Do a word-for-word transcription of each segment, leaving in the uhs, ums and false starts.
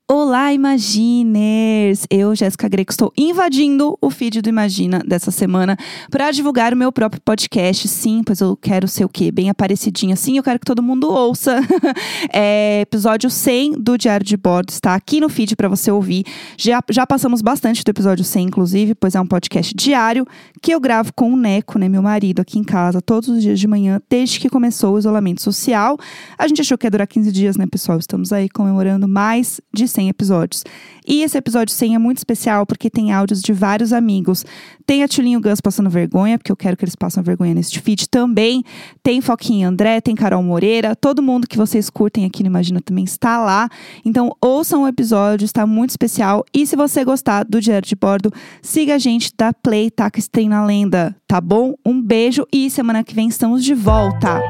Olá, Imaginers! Eu, Jéssica Greco, estou invadindo o feed do Imagina dessa semana para divulgar o meu próprio podcast. Sim, pois eu quero ser o quê? Bem aparecidinha assim, eu quero que todo mundo ouça. É, episódio cem do Diário de Bordo está aqui no feed para você ouvir. Já, já passamos bastante do episódio cem, inclusive, pois é um podcast diário que eu gravo com o Neco, né, meu marido, aqui em casa, todos os dias de manhã, desde que começou o isolamento social. A gente achou que ia durar quinze dias, né, pessoal? Estamos aí comemorando mais de cem episódios. E esse episódio cem é muito especial porque tem áudios de vários amigos. Tem a Tulinho Gus passando vergonha, porque eu quero que eles passem vergonha neste feed também. Tem Foquinha André, tem Carol Moreira. Todo mundo que vocês curtem aqui no Imagina também está lá. Então ouçam o episódio, está muito especial. E se você gostar do Diário de Bordo, siga a gente, dá play, taca stream na lenda, tá bom? Um beijo e semana que vem estamos de volta.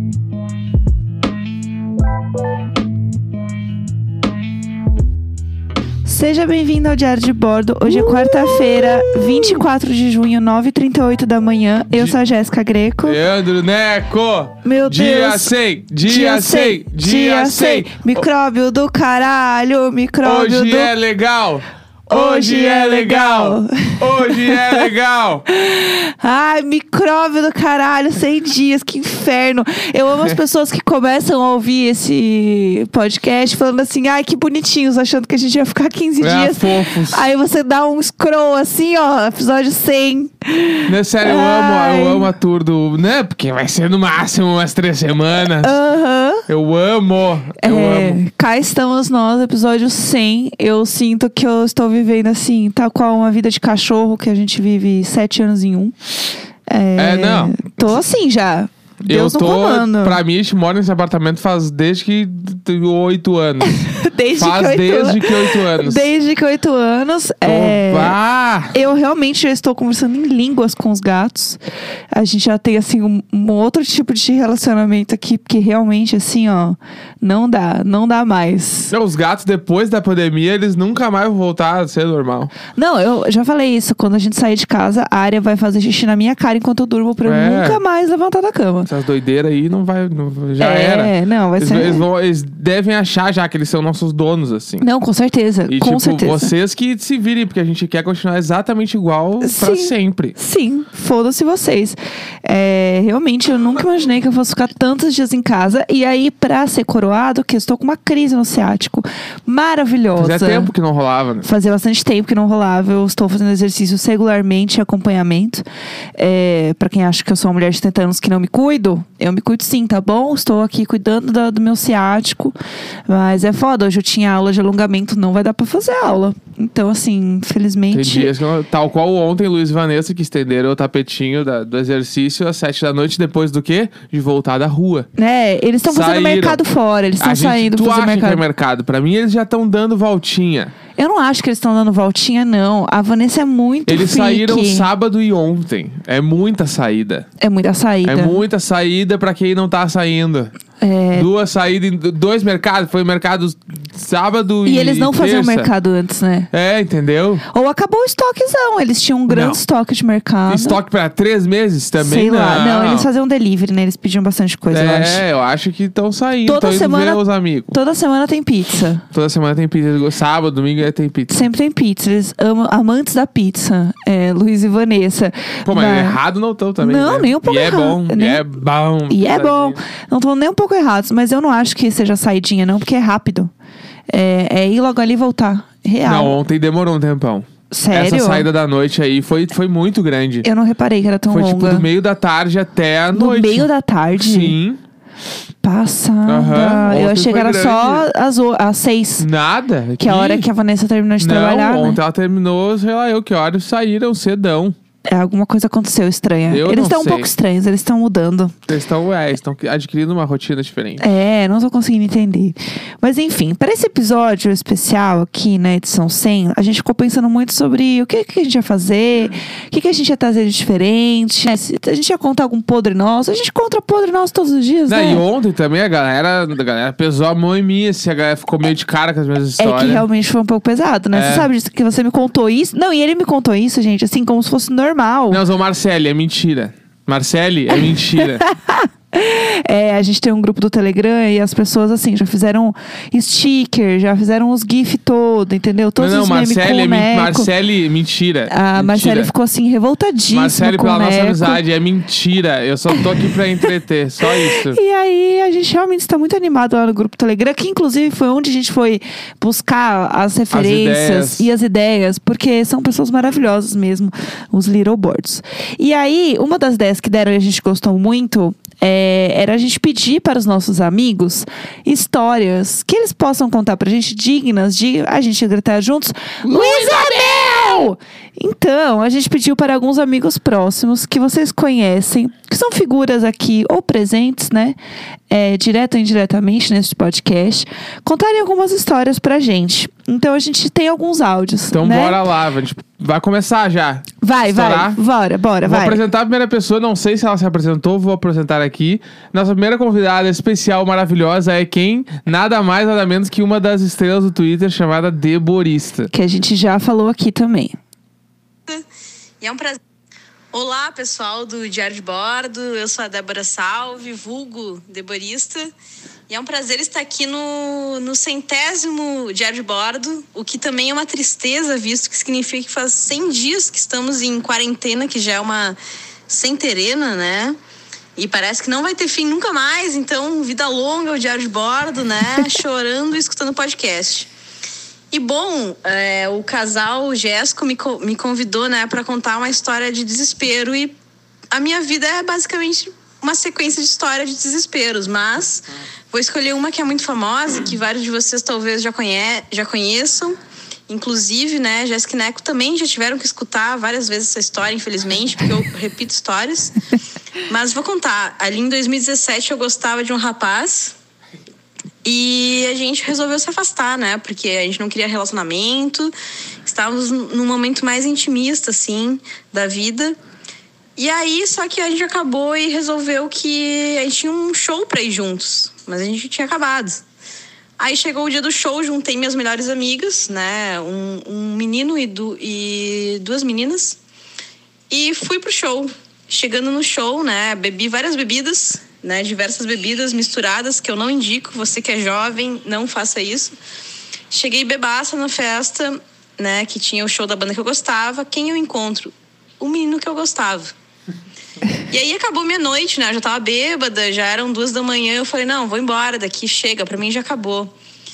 Seja bem-vindo ao Diário de Bordo. Hoje é quarta-feira, vinte e quatro de junho, nove e trinta e oito da manhã. Eu sou a Jéssica Greco. Leandro Neco. Meu Deus. Dia cem, dia cem, dia cem. Micróbio do caralho, micróbio Hoje do... é legal. Hoje é legal. Hoje é legal. Ai, micróbio do caralho, cem dias, que inferno. Eu amo as pessoas que começam a ouvir esse podcast falando assim, ai, que bonitinhos, achando que a gente ia ficar quinze É, dias. fofos. Aí você dá um scroll assim, ó, episódio cem. Né, sério, eu Ai. amo, eu amo a tour do... Né, porque vai ser no máximo umas três semanas. Aham. Eu amo, eu É, amo. cá estamos nós, episódio cem. Eu sinto que eu estou vivendo assim, tal qual uma vida de cachorro que a gente vive sete anos em um. É, É, não. Tô assim já. Deus eu no tô, comando. pra mim, a gente mora nesse apartamento faz desde que oito anos. Desde faz que oito desde an- que oito anos. Desde que oito anos. Tô- É, Ah! eu realmente já estou conversando em línguas com os gatos. A gente já tem, assim, um, um outro tipo de relacionamento aqui, porque realmente, assim, ó, não dá, não dá mais. Não, os gatos, depois da pandemia, eles nunca mais vão voltar a ser normal. Não, eu já falei isso. Quando a gente sair de casa, a Arya vai fazer xixi na minha cara enquanto eu durmo pra eu É. nunca mais levantar da cama. Essas doideiras aí não vai. Não, já é, era. não, vai Eles, ser... eles vão- eles devem achar já que eles são nossos donos, assim. Não, com certeza, E, com tipo, certeza. vocês que se virem, porque a gente quer continuar exatamente igual pra Sim. sempre. Sim, foda-se vocês. É, realmente, eu nunca imaginei que eu fosse ficar tantos dias em casa. E aí, pra ser coroado, que eu estou com uma crise no ciático maravilhosa. Fazia tempo que não rolava, né? Fazia bastante tempo que não rolava. Eu estou fazendo exercícios regularmente, acompanhamento. É, pra quem acha que eu sou uma mulher de setenta anos que não me cuido, eu me cuido sim, tá bom? Estou aqui cuidando da- do meu ciático. Mas é foda, hoje eu tinha aula de alongamento, não vai dar pra fazer aula. Então, assim, infelizmente... Tem dias que eu, tal qual ontem, Luiz e Vanessa, que estenderam o tapetinho da- do exercício às sete da noite, depois do quê? De voltar da rua. É, eles estão fazendo Saíram. mercado fora, eles A estão gente- saindo tu pra fazer acha mercado. que é mercado? Pra mim, eles já estão dando voltinha. Eu não acho que eles estão dando voltinha, não. A Vanessa é muito Eles freak. saíram sábado e ontem. É muita saída. É muita saída. É muita saída pra quem não tá saindo. É. Duas saídas, em dois mercados. Foi mercado sábado e E eles não faziam terça. mercado antes, né? É, entendeu? Ou acabou o estoquezão. Eles tinham um grande Não. estoque de mercado. Estoque pra três meses também, Sei não. lá. Não, eles faziam delivery, né? Eles pediam bastante coisa, eu acho. É, eu acho que estão saindo. Toda Tão indo semana- ver os amigos. Toda semana tem pizza. Toda semana tem pizza. Sábado, domingo é, tem pizza. Sempre tem pizza. Eles amam, amantes da pizza. É, Luiz e Vanessa. Pô, mas Mas- errado não estão também, Não, né? nem um pouco E é errado. bom, Nem- e é bom. E é bom. Tadinho. Não estão nem um pouco errados, mas eu não acho que seja saidinha, não, porque é rápido. É, é ir logo ali e voltar. Real. Não, ontem demorou um tempão. Sério? Essa saída da noite aí foi, foi muito grande. Eu não reparei que era tão Foi longa. tipo do meio da tarde até a No noite. meio da tarde? Sim. Passada. Aham, Eu ontem achei que foi era grande. só às, o- às seis. Nada. Que é a hora que a Vanessa terminou de Não, trabalhar, né? ontem ela terminou, sei lá eu que horas, saíram cedão. É, alguma coisa aconteceu estranha. Eu Eles não estão um sei. pouco estranhos, eles estão mudando. Eles estão é, estão adquirindo uma rotina diferente. É, não tô conseguindo entender. Mas enfim, para esse episódio especial aqui, na edição cem, a gente ficou pensando muito sobre o que, que a gente ia fazer, o que, que a gente ia trazer de diferente, né? Se a gente ia contar algum podre nosso. A gente conta podre nosso todos os dias, Não, né? e ontem também a galera, a galera pesou a mão em mim, assim, a galera ficou meio de cara com as minhas É histórias. que realmente foi um pouco pesado, né? É. Você sabe disso, que você me contou isso? Não, e ele me contou isso, gente, assim, como se fosse normal. Não, são Marcele, é mentira. Marcele, é mentira. É, a gente tem um grupo do Telegram e as pessoas, assim, já fizeram sticker, já fizeram os GIF todo, entendeu? Todos não, não, os memes Marcele, com o é mi- Neco. Marcele, mentira. A mentira. Marcele ficou, assim, revoltadíssima Marcele, com pela o nossa Neco. amizade, é mentira. Eu só tô aqui pra entreter, só isso. E aí, a gente realmente está muito animado lá no grupo Telegram, que inclusive foi onde a gente foi buscar as referências As e as ideias, porque são pessoas maravilhosas mesmo, os Little Boards. E aí, uma das ideias que deram e a gente gostou muito é, era a gente pedir para os nossos amigos histórias que eles possam contar pra gente, dignas de a gente gritar juntos, Luísa Mel! Então, a gente pediu para alguns amigos próximos que vocês conhecem, que são figuras aqui ou presentes, né? É, direto ou indiretamente nesse podcast, contarem algumas histórias pra gente. Então, a gente tem alguns áudios, Então né? bora lá, a gente vai começar já. Vai, Estourar. vai, bora, bora, Vou vai. apresentar a primeira pessoa, não sei se ela se apresentou, vou apresentar aqui. Nossa primeira convidada especial, maravilhosa, é quem? Nada mais, nada menos que uma das estrelas do Twitter, chamada Deborista. Que a gente já falou aqui também. E é um prazer. Olá, pessoal do Diário de Bordo. Eu sou a Débora Salve, vulgo Deborista. E é um prazer estar aqui no, no centésimo Diário de Bordo, o que também é uma tristeza, visto que significa que faz cem dias que estamos em quarentena, que já é uma centerena, né? E parece que não vai ter fim nunca mais. Então, vida longa o Diário de Bordo, né? Chorando e escutando podcast. E bom, é, o casal Jéssico me, co- me convidou, né, para contar uma história de desespero, e a minha vida é basicamente uma sequência de história de desesperos, mas vou escolher uma que é muito famosa, que vários de vocês talvez já, conhe- já conheçam, inclusive, né, Jéssica e Neco também já tiveram que escutar várias vezes essa história, infelizmente, porque eu repito histórias, mas vou contar. Ali em dois mil e dezessete eu gostava de um rapaz. E a gente resolveu se afastar, né? Porque a gente não queria relacionamento. Estávamos num momento mais intimista, assim, da vida. E aí, só que a gente acabou e resolveu que a gente tinha um show pra ir juntos. Mas a gente tinha acabado. Aí chegou o dia do show, juntei minhas melhores amigas, né? Um, um menino e, du- e duas meninas. E fui pro show. Chegando no show, né? Bebi várias bebidas, né? Diversas bebidas misturadas, que eu não indico. Você que é jovem, não faça isso. Cheguei bebaça na festa, né? Que tinha o show da banda que eu gostava. Quem eu encontro? O menino que eu gostava. E aí acabou minha noite, né? Eu já tava bêbada, já eram duas da manhã. Eu falei, não, vou embora daqui, chega, pra mim já acabou.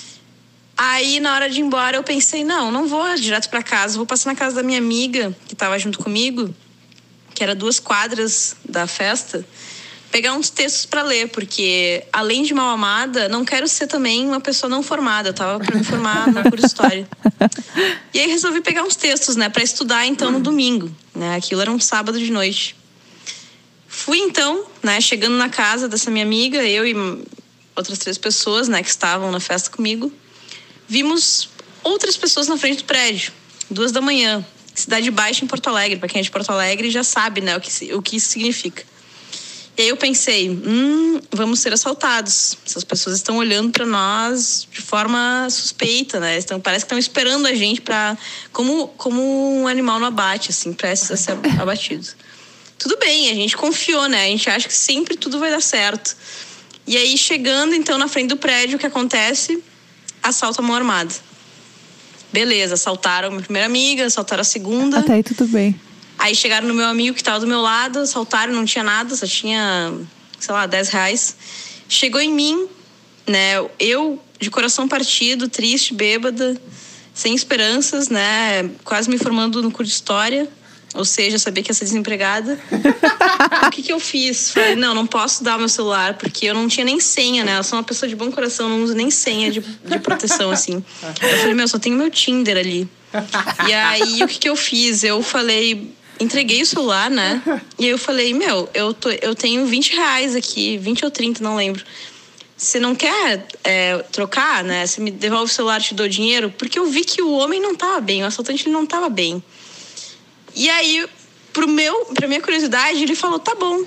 Aí, na hora de ir embora, eu pensei, não, não vou direto pra casa. Vou passar na casa da minha amiga, que tava junto comigo, que era duas quadras da festa, pegar uns textos pra ler, porque, além de mal amada, não quero ser também uma pessoa não formada. Eu tava pra me formar no curso de História. E aí, resolvi pegar uns textos, né, pra estudar, então, no domingo, né? Aquilo era um sábado de noite. Fui, então, né, chegando na casa dessa minha amiga, eu e outras três pessoas, né, que estavam na festa comigo, vimos outras pessoas na frente do prédio, duas da manhã. Cidade Baixa em Porto Alegre. Pra quem é de Porto Alegre já sabe, né, o que, o que isso significa. E aí eu pensei, hum, vamos ser assaltados. Essas pessoas estão olhando pra nós de forma suspeita, né? Estão, parece que estão esperando a gente pra... Como, como um animal no abate, assim, prestes a ser abatido. Tudo bem, a gente confiou, né? A gente acha que sempre tudo vai dar certo. E aí, chegando, então, na frente do prédio, o que acontece? Assalto à mão armada. Beleza, assaltaram a minha primeira amiga, assaltaram a segunda. Até aí tudo bem. Aí chegaram no meu amigo que tava do meu lado, assaltaram, não tinha nada, só tinha, sei lá, dez reais. Chegou em mim, né? Eu, de coração partido, triste, bêbada, sem esperanças, né? Quase me formando no curso de História. Ou seja, eu sabia que ia ser desempregada. O que que eu fiz? Falei, não, não posso dar o meu celular, porque eu não tinha nem senha, né? Eu sou uma pessoa de bom coração, não uso nem senha de, de proteção, assim. Eu falei, meu, só tenho meu Tinder ali. E aí, o que que eu fiz? Eu falei, entreguei o celular, né? E aí eu falei, meu, eu, tô, eu tenho vinte reais aqui, vinte ou trinta, não lembro. Você não quer é, trocar, né? Você me devolve o celular, te dou dinheiro? Porque eu vi que o homem não tava bem, o assaltante ele não tava bem. E aí, pro meu, pra minha curiosidade, ele falou, tá bom.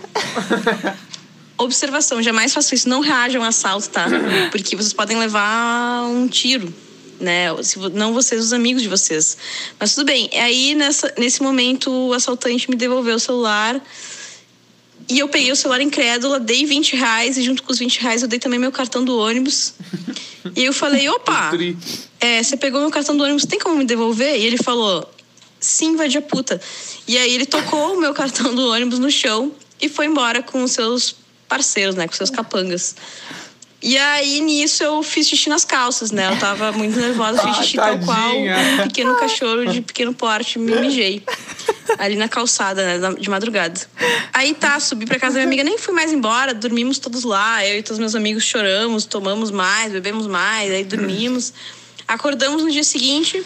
Observação, jamais faço isso, não reajam a assalto, tá? Porque vocês podem levar um tiro, né? Se, não vocês, os amigos de vocês. Mas tudo bem. Aí, nessa, nesse momento, o assaltante me devolveu o celular. E eu peguei o celular incrédula, dei vinte reais e junto com os vinte reais eu dei também meu cartão do ônibus. E eu falei, opa, é, você pegou meu cartão do ônibus, tem como me devolver? E ele falou, sim, vadia puta. E aí ele tocou o meu cartão do ônibus no chão e foi embora com os seus parceiros, né, com seus capangas. E aí, nisso, eu fiz xixi nas calças, né? Eu tava muito nervosa, fiz xixi ah, tal qual um pequeno cachorro de pequeno porte, me mijei. Ali na calçada, né? De madrugada. Aí tá, subi pra casa da minha amiga, nem fui mais embora, dormimos todos lá. Eu e todos os meus amigos choramos, tomamos mais, bebemos mais, aí dormimos. Acordamos no dia seguinte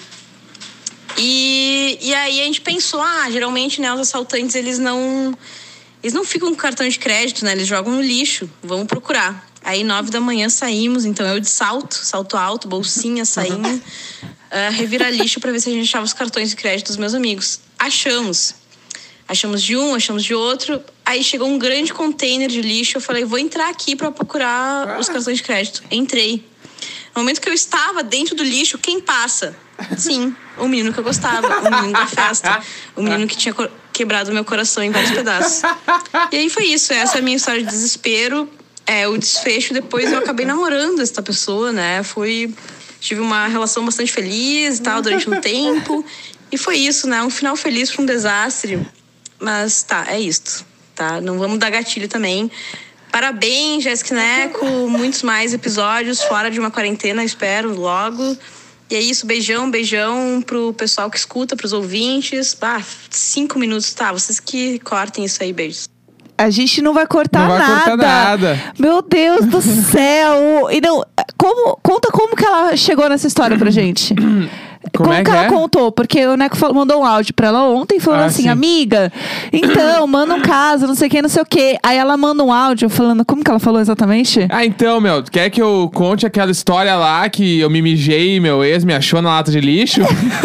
e, e aí a gente pensou, ah, geralmente, né, os assaltantes, eles não... Eles não ficam com cartão de crédito, né? Eles jogam no lixo, vamos procurar. Aí, nove da manhã, saímos. Então, eu de salto, salto alto, bolsinha, saindo. uh, revira lixo pra ver se a gente achava os cartões de crédito dos meus amigos. Achamos. Achamos de um, achamos de outro. Aí, chegou um grande container de lixo. Eu falei, vou entrar aqui pra procurar os cartões de crédito. Entrei. No momento que eu estava dentro do lixo, quem passa? Sim, o menino que eu gostava. O menino da festa. O menino que tinha quebrado meu coração em vários pedaços. E aí, foi isso. Essa é a minha história de desespero. É, o desfecho, depois eu acabei namorando essa pessoa, né? Fui, tive uma relação bastante feliz e tal, durante um tempo. E foi isso, né? Um final feliz para um desastre. Mas tá, é isso, tá? Não vamos dar gatilho também. Parabéns, Jéssica Neco. Muitos mais episódios fora de uma quarentena, espero, logo. E é isso, beijão, beijão pro pessoal que escuta, pros ouvintes. Ah, cinco minutos, tá? Vocês que cortem isso aí, beijos. A gente não vai cortar não vai nada. Cortar nada. Meu Deus do céu. E não, como, conta como que ela chegou nessa história pra gente. Como, como é que, que ela é? contou? Porque o Neco falou, mandou um áudio pra ela ontem falando ah, assim, sim. amiga, então, manda um caso, não sei o que, não sei o que. Aí ela manda um áudio falando, como que ela falou exatamente? Ah, então, meu, quer que eu conte aquela história lá que eu me mijei e meu ex me achou na lata de lixo?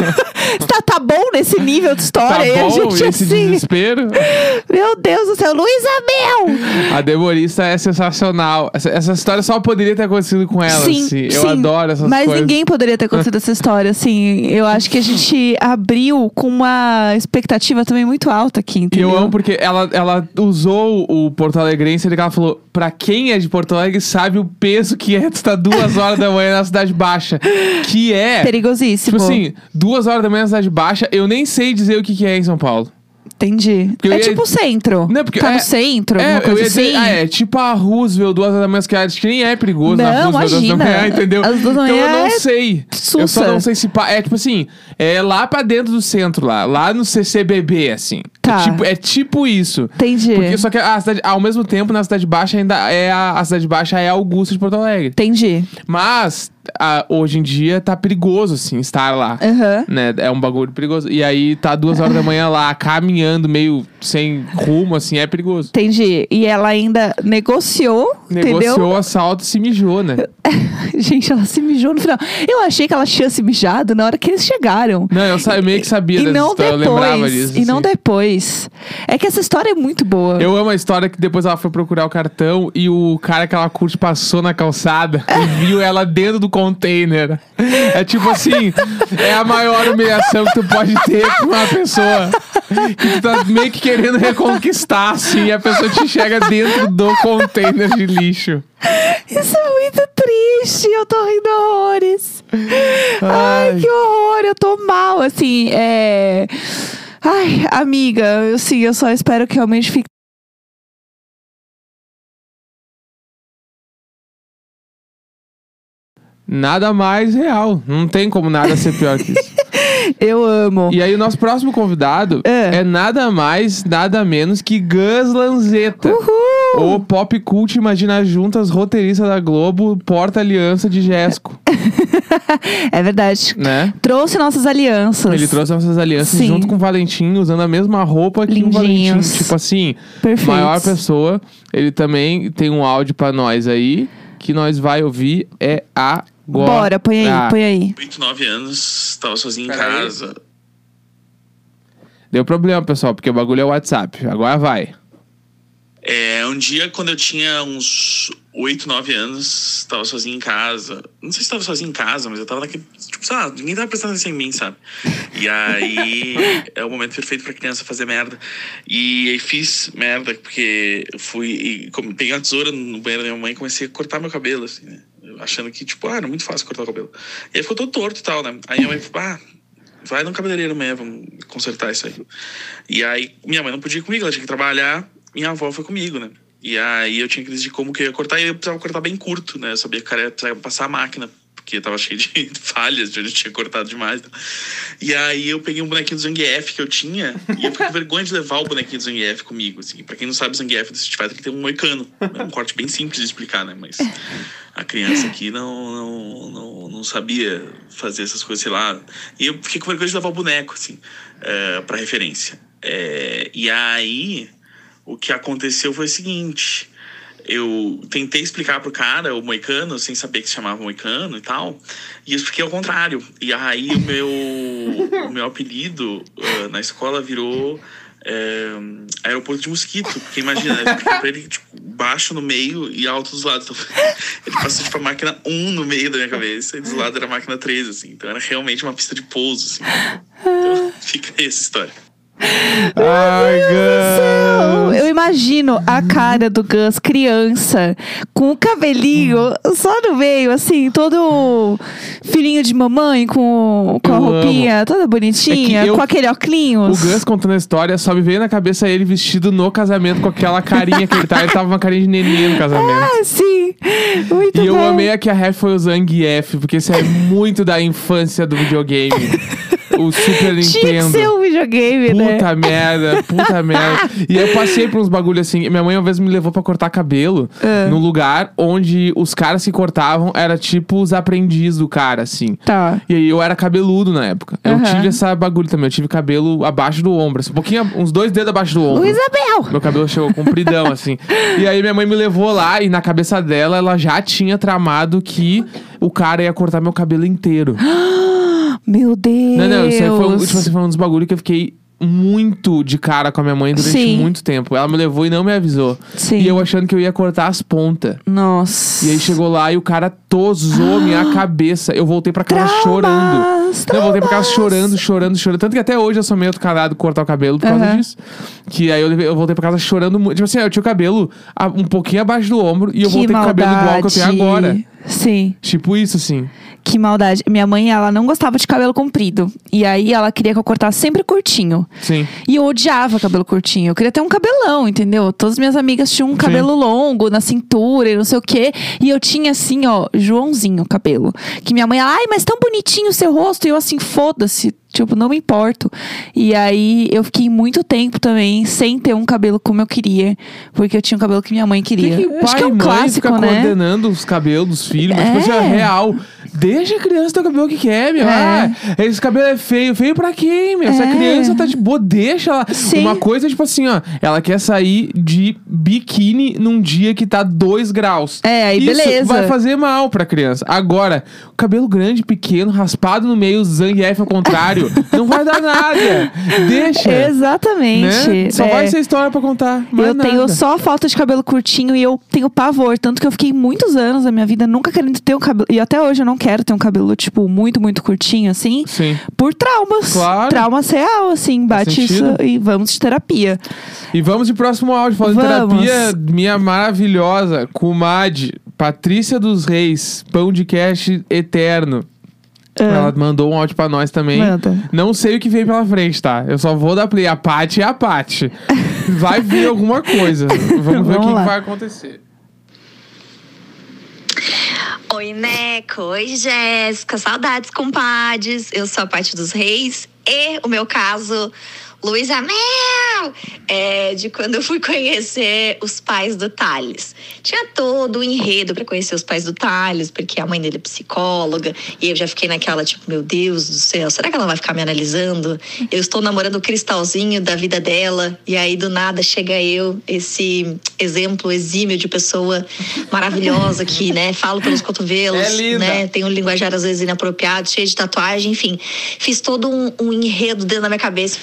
tá, tá bom nesse nível de história? Tá e bom, a gente esse assim, desespero? Meu Deus do céu, Luísa Mel! A Deborista é sensacional. Essa, essa história só poderia ter acontecido com ela, sim, assim. Eu sim, adoro essas mas coisas. Mas ninguém poderia ter acontecido essa história, assim. Eu acho que a gente abriu com uma expectativa também muito alta aqui, entendeu? E eu amo porque ela, ela usou o Porto Alegrense e ela falou, pra quem é de Porto Alegre sabe o peso que é estar duas horas da manhã na Cidade Baixa. Que é... perigosíssimo. Tipo assim, duas horas da manhã na Cidade Baixa, eu nem sei dizer o que, que é em São Paulo. Entendi. Porque é ia... tipo o centro. Não, porque tá é... no centro, é, alguma coisa eu ia dizer, assim. Ah, é tipo a Roosevelt, duas horas da manhã, que acho que nem é perigoso não, na Roosevelt, imagina. duas da manhã, entendeu? As duas da então manhã eu não é sei. sussa. Eu só não sei se... É tipo assim, é lá pra dentro do centro, lá. Lá no C C B B, assim. Tá. É tipo, é tipo isso. Entendi. Porque só que a cidade, ao mesmo tempo, na Cidade Baixa, ainda é a, a Cidade Baixa é a Augusta de Porto Alegre. Entendi. Mas... Ah, hoje em dia tá perigoso, assim, estar lá. Uhum. Né? É um bagulho perigoso. E aí tá duas horas da manhã lá, caminhando, meio sem rumo, assim, é perigoso. Entendi. E ela ainda negociou, Negociou entendeu? o assalto e se mijou, né? Gente, ela se mijou no final. Eu achei que ela tinha se mijado na hora que eles chegaram. Não, eu, sa- eu meio que sabia E dessa não história, depois. eu lembrava disso. E não assim. depois. É que essa história é muito boa. Eu amo a história que depois ela foi procurar o cartão e o cara que ela curte passou na calçada e viu ela dentro do container. É tipo assim, é a maior humilhação que tu pode ter com uma pessoa que tu tá meio que querendo reconquistar, assim, e a pessoa te chega dentro do container de lixo. Isso é muito triste. Eu tô rindo horrores. Ai, Ai. que horror. Eu tô mal, assim. É... Ai, amiga, eu, sim, eu só espero que realmente fique. Nada mais real. Não tem como nada ser pior que isso. Eu amo. E aí o nosso próximo convidado É. é nada mais, nada menos que Gus Lanzetta. Uhul! O pop cult Imagina Juntas, roteirista da Globo, porta-aliança de Jesco, É verdade. né? Trouxe nossas alianças. Ele trouxe nossas alianças Sim. junto com o Valentim, usando a mesma roupa que o Valentim. Lindinhos. Tipo assim, Perfeitos. maior pessoa. Ele também tem um áudio pra nós aí, que nós vai ouvir é agora. Bora, põe aí, põe aí. oito, nove anos, tava sozinho em Pera aí. casa. Deu problema, pessoal, porque o bagulho é o WhatsApp. Agora vai. É, um dia, quando eu tinha uns oito, nove anos, tava sozinho em casa. Não sei se tava sozinho em casa, mas eu tava naquele... Tipo, sei lá, ninguém tava prestando atenção em mim, sabe? E aí, é o momento perfeito pra criança fazer merda. E aí fiz merda, porque eu fui... E, como, peguei uma tesoura no banheiro da minha mãe e comecei a cortar meu cabelo, assim, né? Achando que, tipo, ah, era muito fácil cortar o cabelo. E aí ficou todo torto e tal, né? Aí minha mãe falou, ah, vai no cabeleireiro amanhã, vamos consertar isso aí. E aí, minha mãe não podia ir comigo, ela tinha que trabalhar. Minha avó foi comigo, né? E aí eu tinha que decidir como que eu ia cortar. E eu precisava cortar bem curto, né? Eu sabia que o cara ia precisava passar a máquina, porque tava cheio de falhas, de onde eu tinha cortado demais. Né? E aí eu peguei um bonequinho do Zangief que eu tinha. E eu fiquei com vergonha de levar o bonequinho do Zangief comigo, assim. Pra quem não sabe, o Zangief do Street Fighter que tem um moicano. É um corte bem simples de explicar, né? Mas a criança aqui não, não, não, não sabia fazer essas coisas, sei lá. E eu fiquei com vergonha de levar o boneco, assim, uh, pra referência. É, e aí... O que aconteceu foi o seguinte, eu tentei explicar pro cara, o moicano, sem saber que se chamava moicano e tal, e eu expliquei ao contrário. E aí o meu, o meu apelido uh, na escola virou uh, aeroporto de mosquito, porque imagina, eu expliquei pra ele tipo, baixo no meio e alto dos lados. Então, ele passou tipo a máquina um no meio da minha cabeça e dos lados era a máquina três, assim. Então era realmente uma pista de pouso, assim. Então fica aí essa história. Ai, Gus. Eu imagino a cara do Gus, criança, com o cabelinho só no meio, assim, todo filhinho de mamãe, com, com a Eu roupinha amo. toda bonitinha, É que eu- com aquele O óculos. Gus contando a história, só me veio na cabeça ele vestido no casamento com aquela carinha que ele tá. Ele tava com uma carinha de neném no casamento. Ah, sim. Muito E eu bom. amei a que a ref foi o Zangief, porque isso é muito da infância do videogame. O Super Tinha que Nintendo. ser um videogame, né? Puta merda, puta merda. E aí eu passei por uns bagulho assim. Minha mãe uma vez me levou pra cortar cabelo Ah. num lugar onde os caras que cortavam era tipo os aprendizes do cara, assim. Tá. E aí eu era cabeludo na época. Eu Aham. tive essa bagulho também. Eu tive cabelo abaixo do ombro, assim, um pouquinho, uns dois dedos abaixo do ombro. Luísa Bel! Meu cabelo chegou compridão, assim. E aí minha mãe me levou lá e na cabeça dela, ela já tinha tramado que o cara ia cortar meu cabelo inteiro. Meu Deus. Não, não, isso aí foi, um- tipo assim, foi um dos bagulhos que eu fiquei muito de cara com a minha mãe durante Sim. muito tempo. Ela me levou e não me avisou. Sim. E eu achando que eu ia cortar as pontas. Nossa. E aí chegou lá e o cara tosou minha cabeça. Eu voltei pra casa Traumas, chorando. Não, eu voltei pra casa traumas. chorando, chorando, chorando. Tanto que até hoje eu sou meio calado cortar o cabelo por causa Aham. disso. Que aí eu, levei- eu voltei pra casa chorando muito. Tipo assim, eu tinha o cabelo a- um pouquinho abaixo do ombro e eu Que voltei com o cabelo igual que eu tenho maldade. agora. Sim. Tipo isso, assim. Que maldade. Minha mãe, ela não gostava de cabelo comprido. E aí, ela queria que eu cortasse sempre curtinho. Sim. E eu odiava cabelo curtinho. Eu queria ter um cabelão, entendeu? Todas as minhas amigas tinham um cabelo longo na cintura e não sei o quê. E eu tinha assim, ó, Joãozinho o cabelo. Que minha mãe, ai, mas tão bonitinho o seu rosto. E eu assim, foda-se. Tipo, não me importo. E aí, eu fiquei muito tempo também sem ter um cabelo como eu queria. Porque eu tinha um cabelo que minha mãe queria. Que que Acho pai que é e um mãe clássico, fica né? coordenando os cabelos dos filhos, mas tipo assim, é É. real. Deixa a criança ter o cabelo que quer, meu. É. Ah, esse cabelo é feio. Feio pra quem, meu? Se a É. criança tá de boa, deixa ela. Sim. Uma coisa, tipo assim, ó. Ela quer sair de biquíni num dia que tá dois graus. É, aí Isso beleza. vai fazer mal pra criança. Agora, o cabelo grande, pequeno, raspado no meio, Zangief ao contrário, não vai dar nada. Deixa. Exatamente. Né? Só É. vai ser história pra contar. mais Eu tenho nada. só falta de cabelo curtinho e eu tenho pavor. Tanto que eu fiquei muitos anos da minha vida nunca querendo ter um cabelo. E até hoje eu não quero ter um cabelo, tipo, muito, muito curtinho, assim. Sim. Por traumas. Claro. Traumas real, assim. Bate isso sentido. e vamos de terapia. E vamos de próximo áudio. Falando Vamos. em terapia, minha maravilhosa comadre, Patrícia dos Reis, pão de cash eterno. Ela mandou um áudio pra nós também. Ah. Manda. Não sei o que vem pela frente, tá? Eu só vou dar play. A Paty é a Paty. Vai vir alguma coisa. Vamos ver Vamos o que, lá. que vai acontecer. Oi, Neco. Oi, Jéssica. Saudades, compadres. Eu sou a Paty dos Reis e o meu caso, Luísa Mel, é de quando eu fui conhecer os pais do Thales. Tinha todo o enredo pra conhecer os pais do Thales, porque a mãe dele é psicóloga. E eu já fiquei naquela, tipo, meu Deus do céu, será que ela vai ficar me analisando? Eu estou namorando o cristalzinho da vida dela. E aí, do nada, chega eu, esse exemplo exímio de pessoa maravilhosa que, né, falo pelos cotovelos, É linda. né? Tem um linguajar às vezes inapropriado, cheio de tatuagem, enfim. Fiz todo um, um enredo dentro da minha cabeça e falei,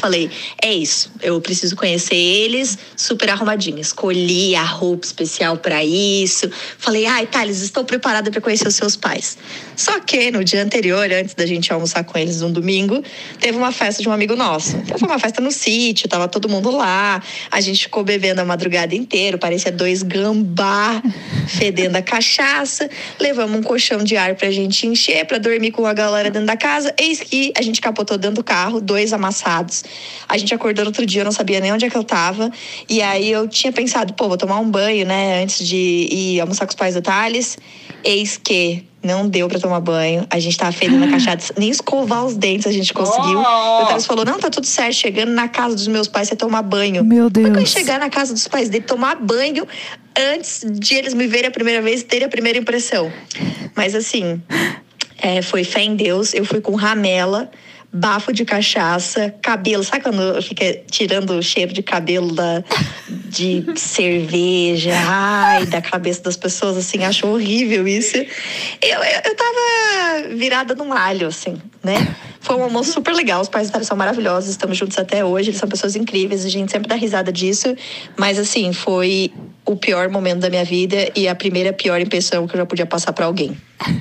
é isso. Eu preciso conhecer eles super arrumadinha. Escolhi a roupa especial pra isso. Falei, ai, Thales, estou preparada pra conhecer os seus pais. Só que no dia anterior, antes da gente almoçar com eles um domingo, teve uma festa de um amigo nosso. Então, foi uma festa no sítio, tava todo mundo lá. A gente ficou bebendo a madrugada inteira, parecia dois gambá fedendo a cachaça. Levamos um colchão de ar pra gente encher, pra dormir com a galera dentro da casa. Eis que a gente capotou dentro do carro, dois amassados. A gente acordou no outro dia, eu não sabia nem onde é que eu tava. E aí eu tinha pensado, pô, vou tomar um banho, né, antes de ir almoçar com os pais do Thales. Eis que não deu pra tomar banho. A gente tava fedendo a cachaça. Nem escovar os dentes a gente conseguiu. Oh! O Thales falou, não, tá tudo certo. Chegando na casa dos meus pais, você tomar banho. Meu Deus. Mas quando chegar na casa dos pais dele, tomar banho antes de eles me verem a primeira vez, terem a primeira impressão. Mas assim, é, foi fé em Deus. Eu fui com ramela, bafo de cachaça, cabelo. Sabe quando fica tirando o cheiro de cabelo da, de cerveja? Ai, da cabeça das pessoas, assim, acho horrível isso. Eu, eu, eu tava virada num alho, assim, né? Foi um almoço super legal, os pais do Thales são maravilhosos, estamos juntos até hoje, eles são pessoas incríveis, a gente sempre dá risada disso. Mas, assim, foi o pior momento da minha vida e a primeira pior impressão que eu já podia passar pra alguém.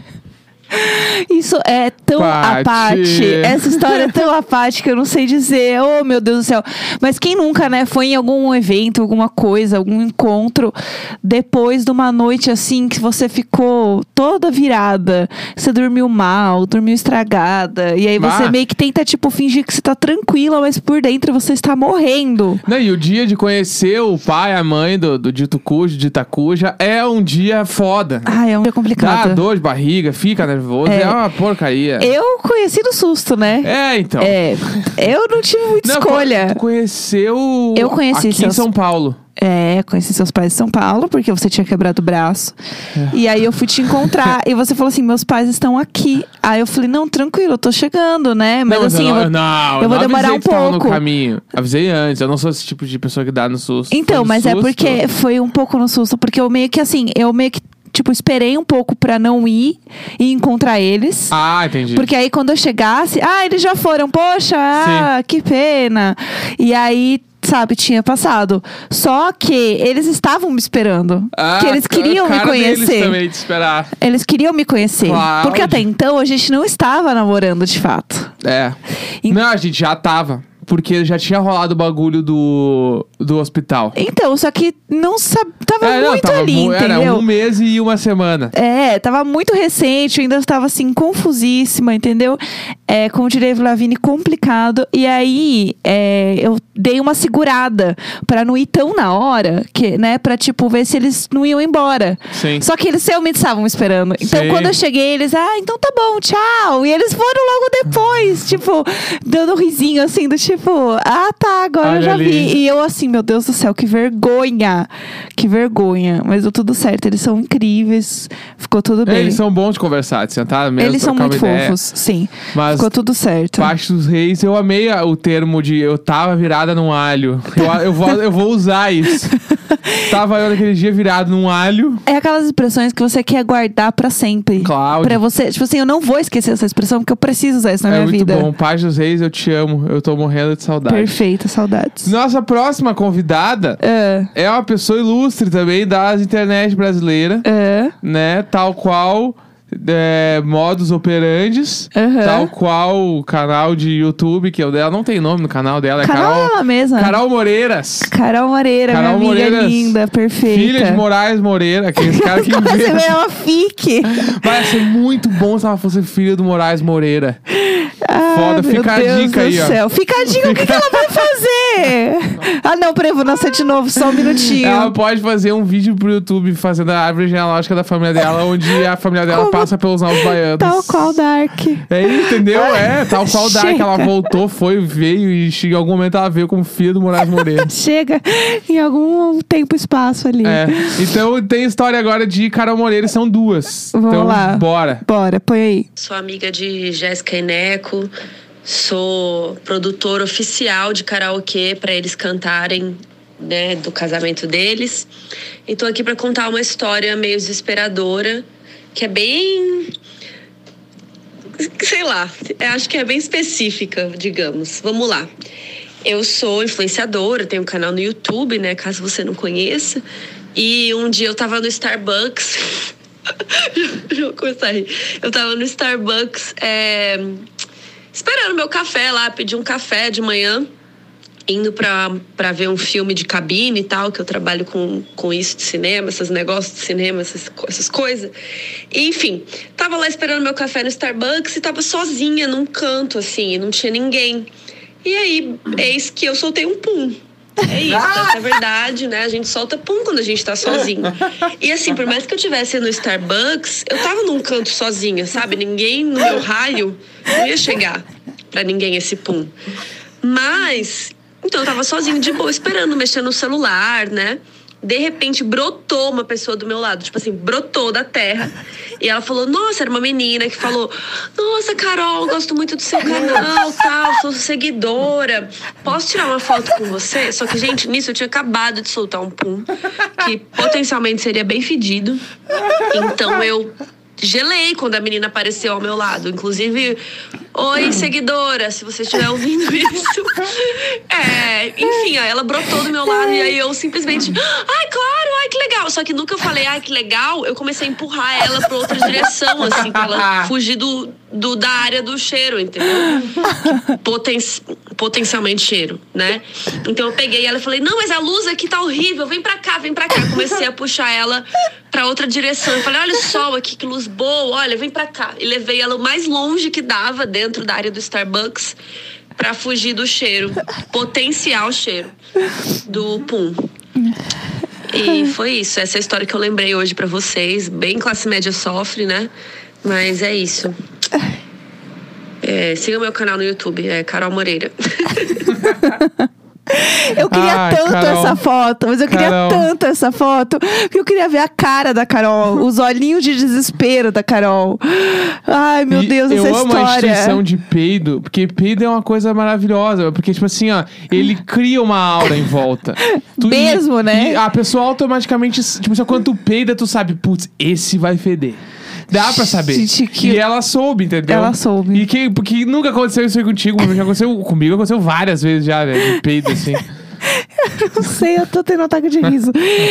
Isso é tão apático. Essa história é tão apática, eu não sei dizer. Oh, meu Deus do céu. Mas quem nunca, né, foi em algum evento, alguma coisa, algum encontro, depois de uma noite assim, que você ficou toda virada, você dormiu mal, dormiu estragada, e aí você ah. meio que tenta, tipo, fingir que você tá tranquila, mas por dentro você está morrendo. Não, e o dia de conhecer o pai, a mãe do, do dito cujo, de Itacuja, é um dia foda. Ah, é um dia complicado. Dá dor de barriga, fica nervoso. É, é uma porcaria. Eu conheci no susto, né? É, então. É, eu não tive muita não, escolha. Tu conheceu eu conheci aqui seus... em São Paulo. É, conheci seus pais em São Paulo, porque você tinha quebrado o braço. É. E aí eu fui te encontrar. E você falou assim, meus pais estão aqui. Aí eu falei, não, tranquilo, eu tô chegando, né? Mas não, assim, eu, eu, vou, não, eu vou não demorar um pouco. No caminho. Avisei antes, eu não sou esse tipo de pessoa que dá no susto. Então, mas susto. é porque foi um pouco no susto. Porque eu meio que assim, eu meio que tipo, esperei um pouco pra não ir e encontrar eles. Ah, entendi. Porque aí quando eu chegasse, ah, eles já foram, poxa, ah, que pena. E aí, sabe, tinha passado. Só que eles estavam me esperando. Ah, que eles queriam me conhecer. Deles também de esperar. Eles queriam me conhecer. Claro. Porque até então a gente não estava namorando de fato. É. E... Não, a gente já tava. Porque já tinha rolado o bagulho do, do hospital. Então, só que não sabe, tava é, não, muito tava ali, mu- entendeu? Era um mês e uma semana. É, tava muito recente, eu ainda estava assim, confusíssima, entendeu? É, como diria a Lavigne, complicado. E aí, é, eu dei uma segurada pra não ir tão na hora, que, né? Pra, tipo, ver se eles não iam embora. Sim. Só que eles realmente estavam me esperando. Então, Sim. quando eu cheguei, eles, ah, então tá bom, tchau. E eles foram logo depois, tipo, dando um risinho, assim, do tipo, ah, tá, agora Olha eu já ali. vi. E eu assim, meu Deus do céu, que vergonha. Que vergonha. Mas deu tudo certo, eles são incríveis. Ficou tudo bem. Eles são bons de conversar, de sentar mesmo. Eles são muito fofos, sim. Mas ficou tudo certo. Parte dos Reis, eu amei o termo de eu tava virada num alho. Eu, eu, vou, eu vou usar isso. Tava eu naquele dia virado num alho. É aquelas expressões que você quer guardar pra sempre. Claro. Pra você, tipo assim, eu não vou esquecer essa expressão, porque eu preciso usar isso na é minha vida. É muito bom. Parte dos Reis, eu te amo. Eu tô morrendo de saudade. Perfeito, saudades. Nossa próxima convidada uh. é uma pessoa ilustre também das internet brasileira. Uh. Né? Tal qual... É, modus operandes, uhum. tal qual o canal de YouTube, que é o dela, não tem nome no canal dela, é Carol, Carol, ela mesma. Carol Moreiras. Carol Moreira, Carol minha amiga Moreiras, linda, perfeita. Filha de Moraes Moreira, aquele cara que você vê ela fique. Vai ser muito bom se ela fosse filha do Moraes Moreira. Ah, Foda, fica a Deus dica do aí, ó. Céu. Fica a dica, o que, que ela vai fazer? Ah, não, peraí, vou nascer de novo, só um minutinho. Ela pode fazer um vídeo pro YouTube fazendo a árvore genealógica da família dela, onde a família dela Como? passa pelos novos baianos. Tal qual Dark. É, entendeu? É, tal qual Dark. Chega. Ela voltou, foi, veio e em algum momento ela veio como filha do Moraes Moreira. Chega em algum tempo e espaço ali. É. Então tem história agora de Carol Moreira, são duas. Vamos então, lá. Bora. Bora, põe aí. Sou amiga de Jéssica e Neco. Sou produtora oficial de karaokê para eles cantarem, né, do casamento deles. E tô aqui para contar uma história meio desesperadora, que é bem... sei lá, acho que é bem específica, digamos. Vamos lá. eu sou influenciadora, tenho um canal no YouTube, né? Caso você não conheça. E um dia eu tava no Starbucks. Já vou começar a rir. Eu tava no Starbucks é, esperando meu café lá, pedi um café de manhã. Indo pra, pra ver um filme de cabine e tal, que eu trabalho com, com isso de cinema, esses negócios de cinema, essas, essas coisas. E, enfim, tava lá esperando meu café no Starbucks e tava sozinha num canto, assim, e não tinha ninguém. E aí, eis que eu soltei um pum. É isso, essa é a verdade, né? A gente solta pum quando a gente tá sozinho. E assim, por mais que eu tivesse no Starbucks, eu tava num canto sozinha, sabe? Ninguém no meu raio não ia chegar pra ninguém esse pum. Mas... Então, eu tava sozinha, de boa, esperando, mexendo no celular, né? De repente, brotou uma pessoa do meu lado. Tipo assim, brotou da terra. E ela falou, nossa, era uma menina que falou... Nossa, Carol, gosto muito do seu canal, tal, sou seguidora. Posso tirar uma foto com você? Só que, gente, nisso eu tinha acabado de soltar um pum. Que potencialmente seria bem fedido. Então, eu... gelei quando a menina apareceu ao meu lado. Inclusive, oi, seguidora, se você estiver ouvindo isso. É, enfim, ela brotou do meu lado e aí eu simplesmente... Ai, claro, ai, que legal. Só que no que eu falei, ai, que legal, eu comecei a empurrar ela pra outra direção, assim, pra ela fugir do, do, da área do cheiro, entendeu? Poten, potencialmente cheiro, né? Então eu peguei ela e falei, não, mas a luz aqui tá horrível, vem pra cá, vem pra cá. Comecei a puxar ela pra outra direção. Eu falei, olha o sol aqui, que luz boa, olha, vem pra cá. E levei ela o mais longe que dava, dentro da área do Starbucks, pra fugir do cheiro, potencial cheiro do pum. E foi isso, essa é a história que eu lembrei hoje pra vocês. Bem classe média sofre, né? Mas é isso. É, siga o meu canal no YouTube, é Carol Moreira. Eu queria Ai, tanto Carol. essa foto, mas eu queria Carol. tanto essa foto, porque eu queria ver a cara da Carol, os olhinhos de desespero da Carol. Ai, meu E Deus, essa eu amo a história. instituição de peido, porque peido é uma coisa maravilhosa. Porque, tipo assim, ó, ele cria uma aura em volta. Tu- Mesmo, e, né? E a pessoa automaticamente, tipo, só quando tu peida, tu sabe, putz, esse vai feder. Dá pra saber. Gente, que- E ela soube, entendeu? Ela soube. E que, porque nunca aconteceu isso aí contigo, já aconteceu comigo, aconteceu várias vezes já, né? De peido, assim. Não sei, eu tô tendo um ataque de riso.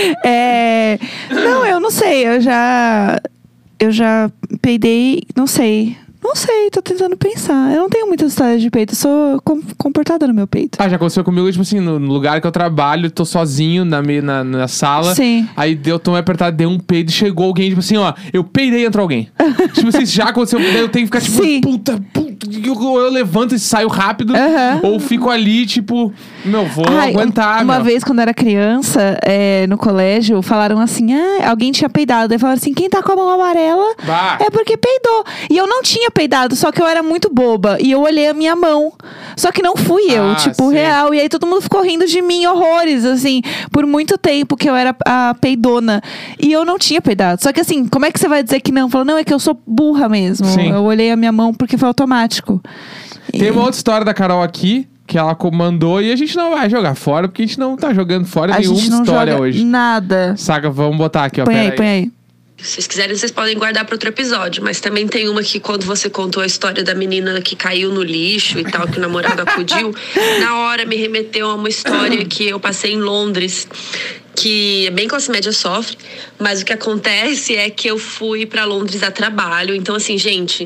É, não, eu não sei, eu já... Eu já peidei, não sei... Não sei, tô tentando pensar. Eu não tenho muitas histórias de peito, eu sou com- comportada no meu peito. Ah, já aconteceu comigo, tipo assim, no no lugar que eu trabalho, tô sozinho na, me- na, na sala. Sim. Aí deu, tô apertado, deu um peido, chegou alguém, tipo assim, ó, eu peidei e entrou alguém. Tipo assim, já aconteceu, daí eu tenho que ficar tipo, Sim. puta, puta, eu, eu levanto e saio rápido, Aham. ou fico ali, tipo, meu, vou Ai, aguentar, uma meu. vez, quando eu era criança, é, no colégio, falaram assim, ah, alguém tinha peidado. Daí falaram assim, quem tá com a mão amarela Bah. é porque peidou. E eu não tinha peidado, só que eu era muito boba. E eu olhei a minha mão. Só que não fui eu, Ah, tipo, sim. real. E aí todo mundo ficou rindo de mim, horrores, assim. Por muito tempo que eu era a peidona. E eu não tinha peidado. Só que assim, como é que você vai dizer que não? Falou, não, é que eu sou burra mesmo. Sim. Eu olhei a minha mão porque foi automático. Tem uma outra história da Carol aqui, que ela comandou, e a gente não vai jogar fora, porque a gente não tá jogando fora A nenhuma gente não história joga hoje. nada. Saca, vamos botar aqui, ó. Põe pera aí, põe aí. Se vocês quiserem, vocês podem guardar para outro episódio. Mas também tem uma que, quando você contou a história da menina que caiu no lixo e tal, que o namorado acudiu, na hora me remeteu a uma história que eu passei em Londres, que é bem classe média sofre, mas o que acontece é que eu fui para Londres a trabalho. Então, assim, gente...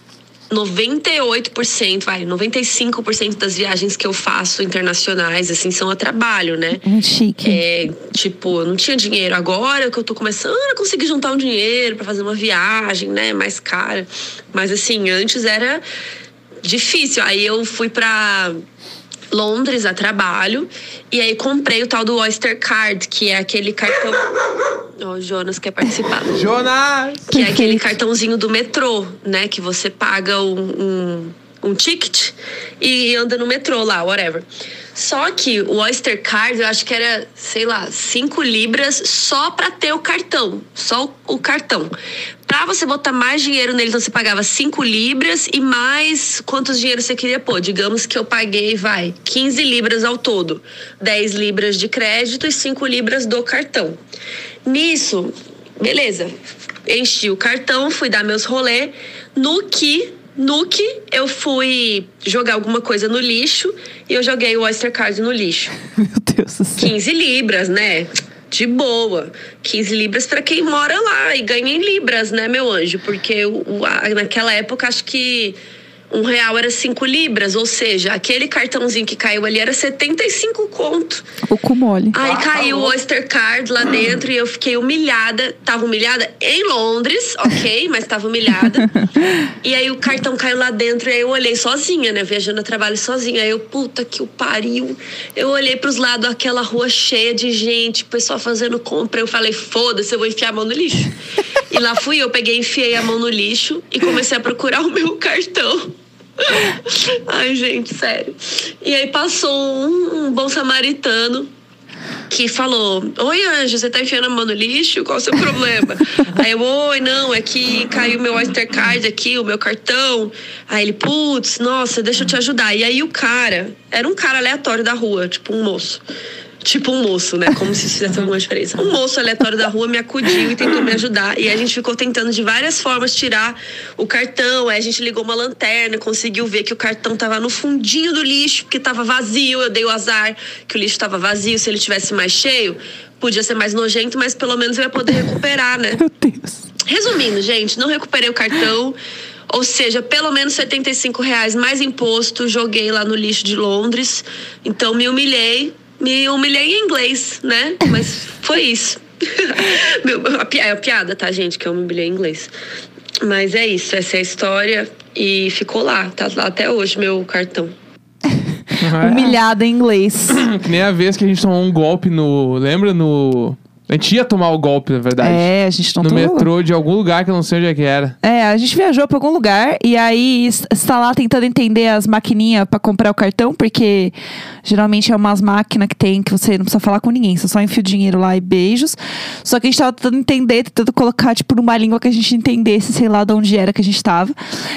noventa e oito por cento, vai, noventa e cinco por cento das viagens que eu faço internacionais, assim, são a trabalho, né? Muito chique. É, tipo, eu não tinha dinheiro. Agora que eu tô começando a conseguir juntar um dinheiro pra fazer uma viagem, né, mais cara. Mas, assim, antes era difícil. Aí eu fui pra Londres a trabalho e aí comprei o tal do Oyster Card, que é aquele cartão... Ó, o Jonas quer participar. Jonas! Que é aquele cartãozinho do metrô, né? Que você paga um, um, um ticket e anda no metrô lá, whatever. Só que o Oyster Card, eu acho que era, sei lá, cinco libras só pra ter o cartão. Só o, o cartão. Pra você botar mais dinheiro nele, então você pagava cinco libras e mais quantos dinheiros você queria pôr. Digamos que eu paguei, vai, quinze libras ao todo. dez libras de crédito e cinco libras do cartão. Nisso, beleza, enchi o cartão, fui dar meus rolê, no que Nuke, eu fui jogar alguma coisa no lixo e eu joguei o Oyster Card no lixo. Meu Deus do céu. quinze libras, né? De boa. quinze libras pra quem mora lá e ganha em libras, né, meu anjo? Porque o, a, naquela época, acho que um real era cinco libras. Ou seja, aquele cartãozinho que caiu ali era setenta e cinco conto. O cu mole. Aí caiu o Oyster Card lá dentro e eu fiquei humilhada. Tava humilhada em Londres, ok? Mas tava humilhada. E aí o cartão caiu lá dentro e aí eu olhei sozinha, né? Viajando a trabalho sozinha. Aí eu, puta que o pariu. Eu olhei pros lados, aquela rua cheia de gente, o pessoal fazendo compra. Eu falei, foda-se, eu vou enfiar a mão no lixo. E lá fui eu, peguei, enfiei a mão no lixo e comecei a procurar o meu cartão. Ai, gente, sério. E aí passou um, um bom samaritano que falou, oi, Anjo, você tá enfiando a mão no lixo? Qual o seu problema? Aí eu, oi, não, é que caiu meu Oyster Card aqui, o meu cartão. Aí ele, putz, nossa, deixa eu te ajudar. E aí o cara, era um cara aleatório da rua, tipo um moço. Tipo um moço, né? Como se isso fizesse alguma diferença. Um moço aleatório da rua me acudiu e tentou me ajudar. E a gente ficou tentando de várias formas tirar o cartão. Aí a gente ligou uma lanterna, conseguiu ver que o cartão tava no fundinho do lixo, porque tava vazio. Eu dei o azar que o lixo tava vazio. Se ele tivesse mais cheio, podia ser mais nojento, mas pelo menos eu ia poder recuperar, né? Meu Deus. Resumindo, gente, não recuperei o cartão. Ou seja, pelo menos setenta e cinco reais mais imposto. Joguei lá no lixo de Londres. Então me humilhei. Me humilhei em inglês, né? Mas foi isso. Meu, a pi- é a piada, tá, gente? Que eu me humilhei em inglês. Mas é isso, essa é a história. E ficou lá, tá lá até hoje, meu cartão. Humilhada em inglês. Que nem a vez que a gente tomou um golpe no... Lembra no... A gente ia tomar o golpe, na verdade. É, a gente não No tomou. metrô de algum lugar que eu não sei onde é que era. É, a gente viajou pra algum lugar e aí está lá tentando entender as maquininhas pra comprar o cartão, porque geralmente é umas máquinas que tem que você não precisa falar com ninguém, você só enfia o dinheiro lá e beijos. Só que a gente tava tentando entender, tentando colocar, tipo, numa língua que a gente entendesse, sei lá de onde era que a gente tava.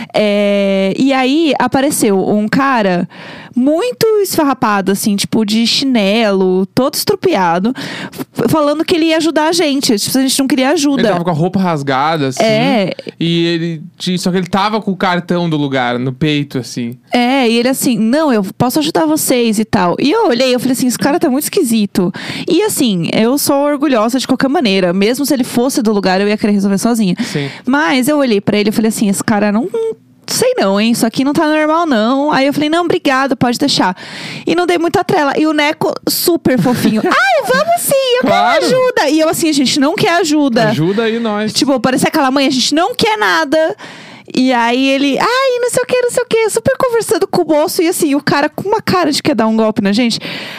É, e aí apareceu um cara muito esfarrapado, assim, tipo, de chinelo, todo estrupiado, f- falando que ele ia ajudar a gente. Tipo, a gente não queria ajuda. Ele tava com a roupa rasgada, assim. É. E ele... tinha- Só que ele tava com o cartão do lugar, no peito, assim. É, e ele assim, não, eu posso ajudar vocês e tal. E eu olhei, eu falei assim, esse cara tá muito esquisito. E assim, eu sou orgulhosa de qualquer maneira. Mesmo se ele fosse do lugar, eu ia querer resolver sozinha. Sim. Mas eu olhei pra ele e falei assim, esse cara não... Sei não, hein? Isso aqui não tá normal, não. Aí eu falei, não, obrigado, pode deixar. E não dei muita trela. E o Neco, super fofinho. Ai, vamos sim, eu Claro. quero ajuda. E eu assim, a gente não quer ajuda. Ajuda aí nós. Tipo, parecia aquela mãe, a gente não quer nada. E aí ele, ai, não sei o que, não sei o que, super conversando com o moço. E assim, o cara com uma cara de quer dar um golpe na gente.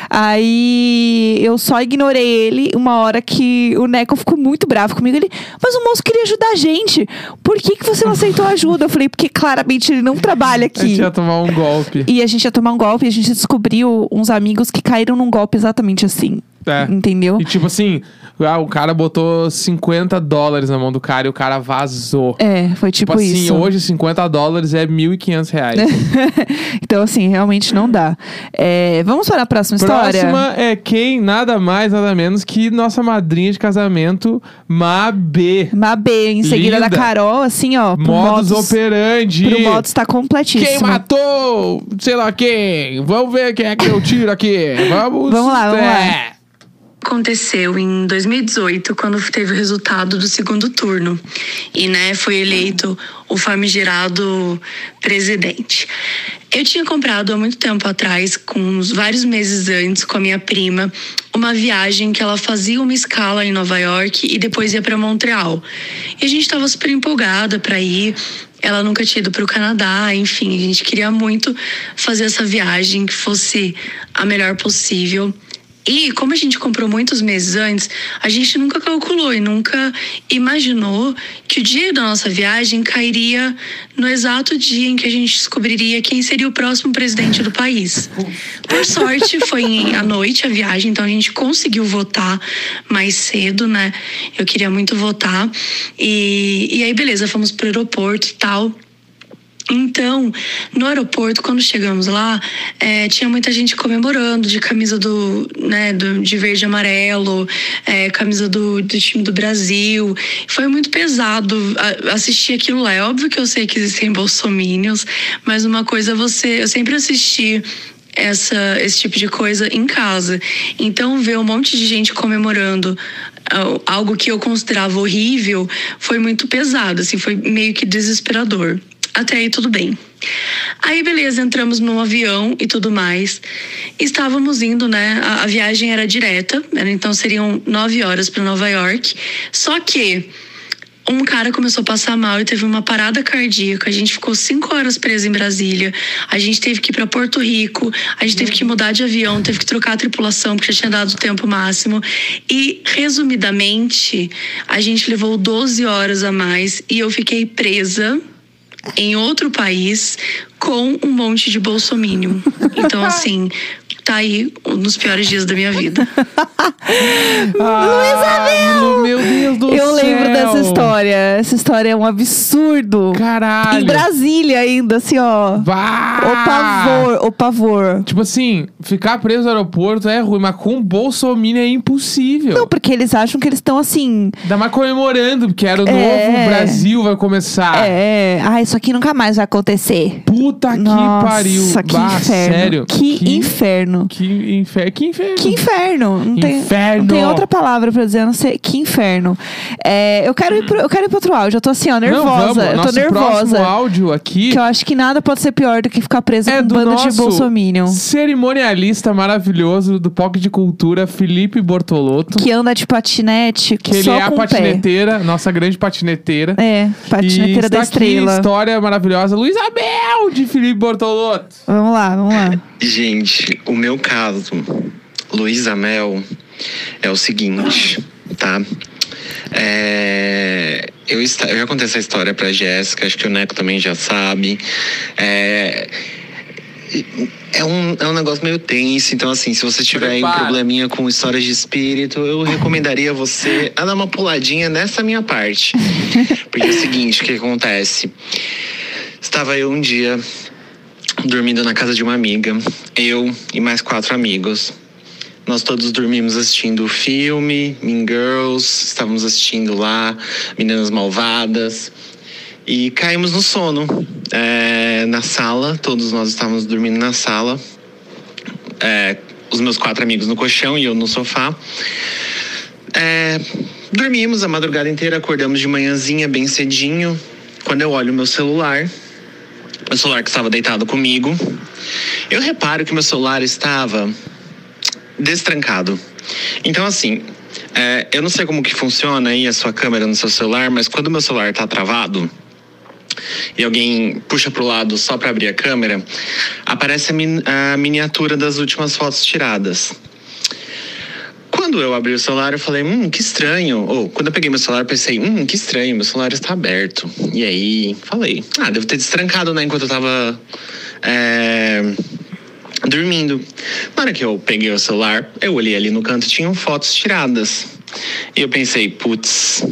Aí eu só ignorei ele. Uma hora que o Neco ficou muito bravo comigo. Ele, mas o moço queria ajudar a gente. Por que, que você não aceitou a ajuda? Eu falei, porque claramente ele não trabalha A gente aqui. ia tomar um golpe. E a gente ia tomar um golpe e a gente descobriu uns amigos que caíram num golpe exatamente assim. É. Entendeu? E tipo assim, ah, o cara botou cinquenta dólares na mão do cara e o cara vazou. É, foi tipo, Tipo assim, isso. hoje cinquenta dólares é mil e quinhentos reais. Então, assim, realmente não dá. É, vamos para a próxima história? Próxima é quem? Nada mais, nada menos que nossa madrinha de casamento, Mabê. Mabê, em seguida Linda. da Carol, assim, ó. Pro Modus Modus, operandi. pro Modus tá completíssimo. Quem matou? Sei lá quem. Vamos ver quem é que deu tiro aqui. Vamos. Vamos lá, vamos lá. é. Aconteceu em dois mil e dezoito, quando teve o resultado do segundo turno. E, né, foi eleito o famigerado presidente. Eu tinha comprado há muito tempo atrás, com uns vários meses antes, com a minha prima, uma viagem que ela fazia uma escala em Nova York e depois ia para Montreal. E a gente estava super empolgada para ir. Ela nunca tinha ido para o Canadá, enfim, a gente queria muito fazer essa viagem que fosse a melhor possível. E como a gente comprou muitos meses antes, a gente nunca calculou e nunca imaginou que o dia da nossa viagem cairia no exato dia em que a gente descobriria quem seria o próximo presidente do país. Por sorte, foi à noite a viagem, então a gente conseguiu votar mais cedo, né? Eu queria muito votar. E, e aí, beleza, fomos pro aeroporto e tal. Então, no aeroporto, quando chegamos lá, é, tinha muita gente comemorando de camisa do, né, do, de verde e amarelo, é, camisa do, do time do Brasil. Foi muito pesado assistir aquilo lá. É óbvio que eu sei que existem bolsominions, mas uma coisa é você... Eu sempre assisti essa, esse tipo de coisa em casa. Então, ver um monte de gente comemorando algo que eu considerava horrível foi muito pesado, assim, foi meio que desesperador. Até aí tudo bem. Aí beleza, entramos no avião e tudo mais. Estávamos indo, né? A, a viagem era direta, então seriam nove horas para Nova York. Só que um cara começou a passar mal e teve uma parada cardíaca. A gente ficou cinco horas preso em Brasília. A gente teve que ir para Porto Rico. A gente teve que mudar de avião, teve que trocar a tripulação, porque já tinha dado o tempo máximo. E, resumidamente, a gente levou doze horas a mais e eu fiquei presa em outro país com um monte de bolsominion. Então, assim, tá aí um dos piores dias da minha vida. Luísa Mel! Meu Deus do Eu céu! lembro dessa história. Essa história é um absurdo. Caralho! Em Brasília ainda, assim, ó. Bah! O pavor, o pavor. Tipo assim, ficar preso no aeroporto é ruim, mas com bolsominion é impossível. Não, porque eles acham que eles estão assim... Ainda mais comemorando, porque era o É. novo Brasil vai começar. É, ah, isso aqui nunca mais vai acontecer. Puta que Nossa, pariu. que Bah, inferno. sério. Que, inferno. Que inferno. Que inferno. Que inferno. Não tem, Inferno. não tem outra palavra pra dizer, a não ser que inferno. É, eu, quero ir pro, eu quero ir pro outro áudio. Eu tô assim, ó, nervosa. Não, vamos. Eu tô Nosso nervosa. próximo áudio aqui Que eu acho que nada pode ser pior do que ficar preso é com um do bando nosso de bolsominion. cerimonialista maravilhoso do P O C de Cultura, Felipe Bortolotto. Que anda de patinete Que ele só é a com o pé. patineteira, nossa grande patineteira. É, patineteira e da está estrela. Aqui, história maravilhosa. Luísa Mel, de Felipe Bortolotto. Vamos lá, vamos lá. Gente, o meu caso, Luísa Mel, é o seguinte, tá? É, eu, está, eu já contei essa história pra Jéssica, acho que o Neco também já sabe. É, é, um, é um negócio meio tenso, então assim, se você tiver aí um Prepara. probleminha com histórias de espírito, eu recomendaria você a dar uma puladinha nessa minha parte. Porque é o seguinte, o que acontece? Estava eu um dia dormindo na casa de uma amiga, eu e mais quatro amigos. Nós todos dormimos assistindo o filme Mean Girls, estávamos assistindo lá Meninas Malvadas e caímos no sono é, na sala. Todos nós estávamos dormindo na sala, é, os meus quatro amigos no colchão e eu no sofá. É, dormimos a madrugada inteira, acordamos de manhãzinha bem cedinho. Quando eu olho o meu celular, meu celular que estava deitado comigo, eu reparo que meu celular estava destrancado. Então assim, é, eu não sei como que funciona aí a sua câmera no seu celular, mas quando o meu celular tá travado e alguém puxa pro lado só para abrir a câmera, aparece a, min- a miniatura das últimas fotos tiradas. Quando eu abri o celular, eu falei, hum, que estranho. Ou, quando eu peguei meu celular, eu pensei, hum, que estranho, meu celular está aberto. E aí, falei, ah, devo ter destrancado, né, enquanto eu tava é, dormindo. Na hora que eu peguei o celular, eu olhei ali no canto, tinham fotos tiradas. E eu pensei, putz,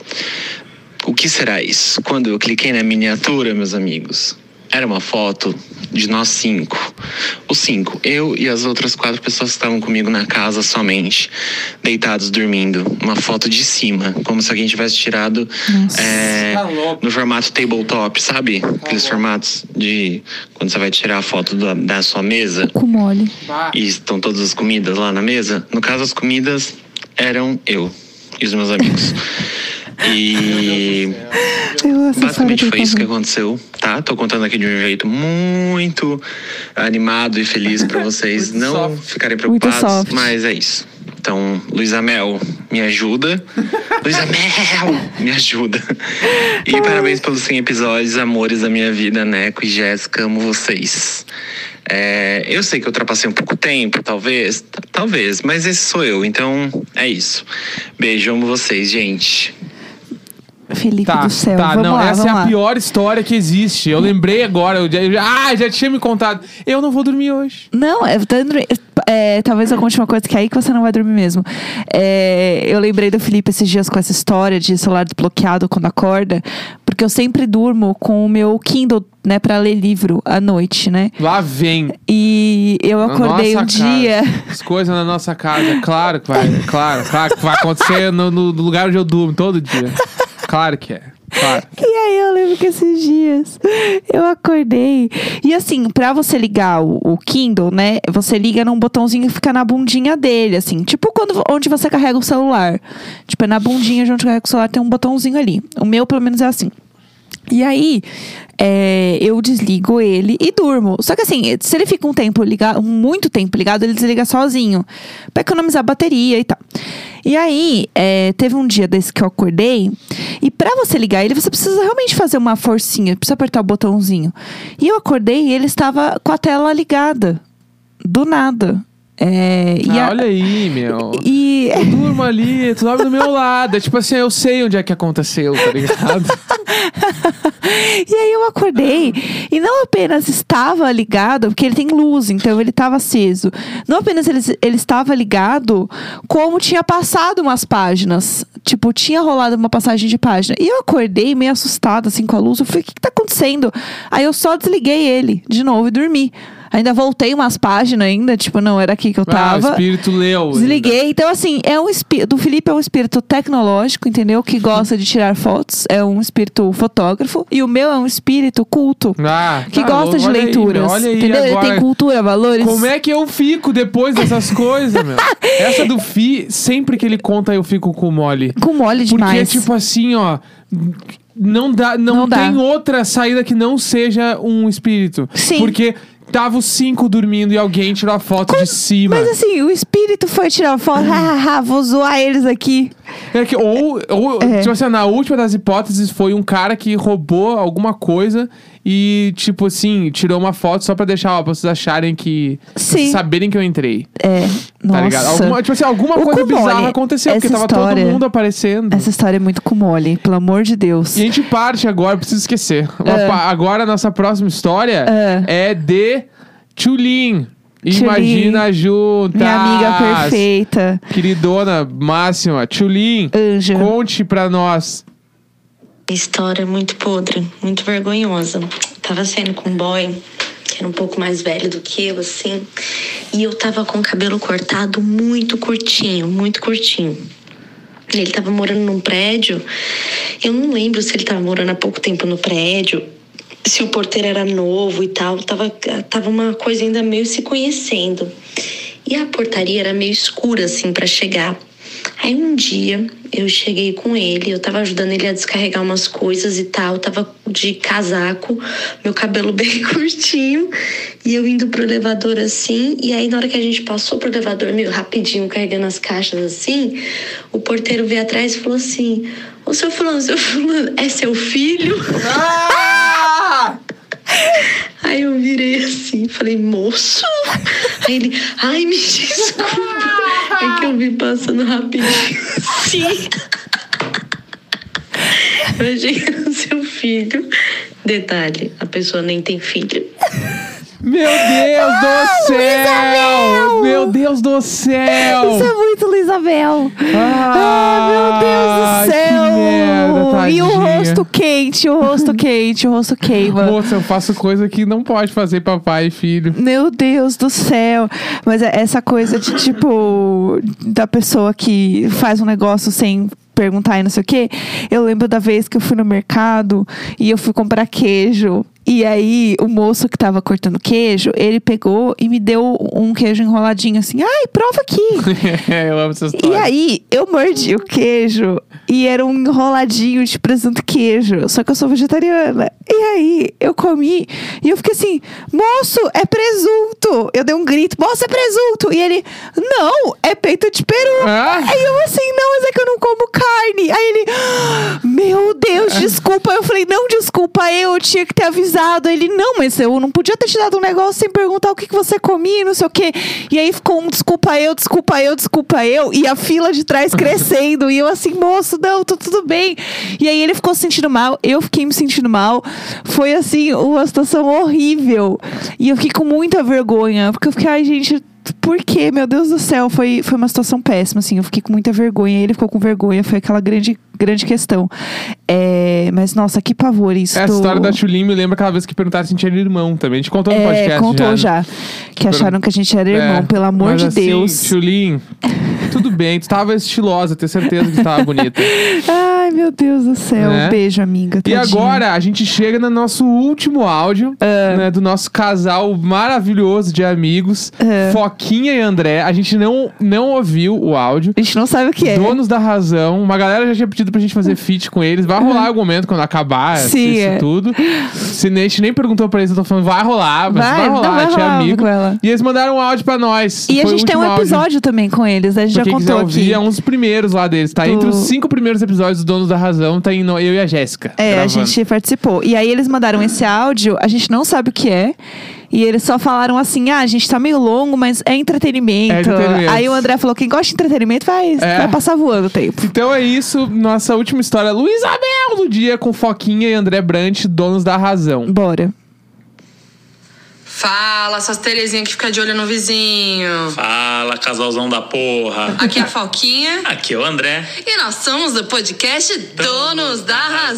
o que será isso? Quando eu cliquei na miniatura, meus amigos, era uma foto de nós cinco. Os cinco, eu e as outras quatro pessoas que estavam comigo na casa somente, deitados dormindo. Uma foto de cima, como se alguém tivesse tirado é, Tá louco. no formato tabletop, sabe? Aqueles formatos de quando você vai tirar a foto da, da sua mesa Com mole. e estão todas as comidas lá na mesa. No caso, as comidas eram eu e os meus amigos. E Eu, essa basicamente história foi isso que eu aconteceu, tá? Tô contando aqui de um jeito muito animado e feliz pra vocês Muito não soft. ficarem Muito preocupados, soft. mas é isso. Então, Luísa Mel, me ajuda. Luísa Mel, me ajuda. E parabéns pelos cem episódios, amores da minha vida, Neco e Jéssica, amo vocês. É, eu sei que eu ultrapassei um pouco o tempo, talvez, t- talvez, mas esse sou eu, então é isso. Beijo, amo vocês, gente. Felipe Tá, do céu. tá, vamos não, lá, essa vamos é a lá. pior história que existe. Eu lembrei agora, eu já, eu já- ah, já tinha me contado. Eu não vou dormir hoje. Não, é, tá indo- é, talvez eu conte uma coisa que é aí que você não vai dormir mesmo. É, eu lembrei do Felipe esses dias com essa história de celular desbloqueado quando acorda, porque eu sempre durmo com o meu Kindle, né, pra ler livro à noite, né? Lá vem. E eu Na acordei um nossa dia. casa. As coisas na nossa casa. Claro que vai. Claro, claro que vai acontecer no, no lugar onde eu durmo todo dia. Claro que é. Claro. E aí eu lembro que esses dias eu acordei. E assim, pra você ligar o, o Kindle, né? Você liga num botãozinho que fica na bundinha dele, assim. Tipo quando, onde você carrega o celular. Tipo, é na bundinha de onde carrega o celular, tem um botãozinho ali. O meu, pelo menos, é assim. E aí, é, eu desligo ele e durmo. Só que assim, se ele fica um tempo ligado, muito tempo ligado, ele desliga sozinho. Pra economizar bateria e tal. E aí, é, teve um dia desse que eu acordei. E pra você ligar ele, você precisa realmente fazer uma forcinha. Precisa apertar o botãozinho. E eu acordei e ele estava com a tela ligada. Do nada. É, Ah, e a- olha aí, meu. E... Eu durmo ali, tu dorme do meu lado. É tipo assim, eu sei onde é que aconteceu, tá ligado? E aí eu acordei e não apenas estava ligado, porque ele tem luz, então ele estava aceso. Não apenas ele, ele estava ligado, como tinha passado umas páginas. Tipo, tinha rolado uma passagem de página. E eu acordei meio assustada, assim, com a luz. Eu falei, o que que tá acontecendo? Aí eu só desliguei ele de novo e dormi. Ainda voltei umas páginas ainda, tipo, não, era aqui que eu Ah, o tava. espírito leu. Desliguei. Então, assim, é um espírito. O Felipe é um espírito tecnológico, entendeu? Que gosta de tirar fotos. É um espírito fotógrafo. E o meu é um espírito culto. Ah, Que tá gosta louco. de Olha aí, leituras. meu, olha aí entendeu? Ele agora. tem cultura, valores. Como é que eu fico depois dessas coisas, meu? Essa do Fi, sempre que ele conta, eu fico com mole. Com mole Porque, demais. tipo assim, ó. Não dá, não, Não dá. tem outra saída que não seja um espírito. Sim. Porque tava os cinco dormindo e alguém tirou a foto de cima. Mas assim, o espírito foi tirar foto. Hahaha, vou zoar eles aqui. É que, ou, ou É. tipo assim, na última das hipóteses, foi um cara que roubou alguma coisa e, tipo assim, tirou uma foto só pra deixar, ó, pra vocês acharem que... Sim. Vocês saberem que eu entrei. É, Tá nossa. ligado? Alguma, tipo assim, alguma O coisa Kumori, bizarra aconteceu, porque essa tava história- todo mundo aparecendo. Essa história é muito com mole, pelo amor de Deus. E a gente parte agora, preciso esquecer. É. Pa- Agora a nossa próxima história É. é de Tulin. Tulin. Imagina juntas. Minha amiga perfeita. Queridona máxima. Tulin, Anja. conte pra nós. História muito podre, muito vergonhosa. Tava saindo com um boy que era um pouco mais velho do que eu, assim. E eu tava com o cabelo cortado muito curtinho, muito curtinho. Ele tava morando num prédio. Eu não lembro se ele tava morando há pouco tempo no prédio, se o porteiro era novo e tal. Tava, tava uma coisa ainda meio se conhecendo. E a portaria era meio escura, assim, pra chegar. Aí um dia eu cheguei com ele, eu tava ajudando ele a descarregar umas coisas e tal, tava de casaco, meu cabelo bem curtinho, e eu indo pro elevador assim, e aí na hora que a gente passou pro elevador, meio rapidinho, carregando as caixas assim, o porteiro veio atrás e falou assim: ô seu fulano, seu fulano, é seu filho? Ah! Aí eu virei assim, falei, moço? Aí ele, ai, me desculpa. É que eu vi passando rapidinho. Sim. Eu achei que era seu filho. Detalhe, a pessoa nem tem filho. Meu Deus do céu! Meu Deus do céu! Isso é muito Luizabel. Ah, Ah, meu Deus do céu. que merda, e o tadinha. rosto quente, o rosto quente, o rosto queima. Moça, eu faço coisa que não pode fazer papai e filho. Meu Deus do céu. Mas é essa coisa de, tipo, da pessoa que faz um negócio sem perguntar e não sei o quê. Eu lembro da vez que eu fui no mercado e eu fui comprar queijo. E aí, o moço que tava cortando queijo, ele pegou e me deu um queijo enroladinho assim. Ai, prova aqui. Eu amo essa E história. aí, eu mordi o queijo e era um enroladinho de presunto e queijo. Só que eu sou vegetariana. E aí, eu comi e eu fiquei assim, moço, é presunto. Eu dei um grito, moço, é presunto. E ele, não, é peito de peru. Ah? Aí eu assim, não, mas é que eu não como carne. Aí ele, "Ah, meu Deus, desculpa. Eu falei, não, desculpa, eu tinha que ter avisado. Ele, não, mas eu não podia ter te dado um negócio sem perguntar o que, que você comia, não sei o quê. E aí ficou um desculpa eu, desculpa eu, desculpa eu. E a fila de trás crescendo. E eu assim, moço, não, tô tudo bem. E aí ele ficou se sentindo mal, eu fiquei me sentindo mal. Foi assim, uma situação horrível. E eu fiquei com muita vergonha. Porque eu fiquei, ai, gente, por quê? Meu Deus do céu, foi, foi uma situação péssima, assim. Eu fiquei com muita vergonha, ele ficou com vergonha. Foi aquela grande, grande questão. É, mas, nossa, que pavor isso. Essa história da Tchulin me lembra aquela vez que perguntaram se a gente era irmão também. A gente contou no é, podcast contou já. já. Que, que acharam que a gente era irmão, é, pelo amor mas de assim, Deus. Tchulin, tudo bem. Tu tava estilosa, tenho certeza que tu tava bonita. Ai, meu Deus do céu. É. Beijo, amiga. E Tadinha. agora, a gente chega no nosso último áudio, Ah. né, do nosso casal maravilhoso de amigos, Ah. Foquinha e André. A gente não, não ouviu o áudio. A gente não sabe o que é. Donos da Razão. Uma galera já tinha pedido pra gente fazer feat com eles. Vai rolar algum momento quando acabar Sim, isso é. tudo. Se a gente nem perguntou pra eles, eu tô falando, vai rolar, mas Vai, vai, não, rolar, vai tinha rolar amigo. com ela. E eles mandaram um áudio pra nós. E a Foi o gente tem um último episódio áudio. também com eles. A gente Pra já quem quiser contou ouvir, aqui. é um dos primeiros lá deles. Tá Do- entre os cinco primeiros episódios do Donos da Razão, tá indo eu e a Jéssica. É, gravando. a gente participou. E aí eles mandaram esse áudio, a gente não sabe o que é. E eles só falaram assim, ah, a gente tá meio longo, mas é entretenimento. É entretenimento. Aí o André falou, quem gosta de entretenimento vai, É. vai passar voando o tempo. Então é isso, nossa última história. Luísa Mel do dia com Foquinha e André Brant, Donos da Razão. Bora. Fala, essas Terezinhas que fica de olho no vizinho. Fala, casalzão da porra. Aqui é a Foquinha. Aqui é o André. E nós somos do podcast Donos da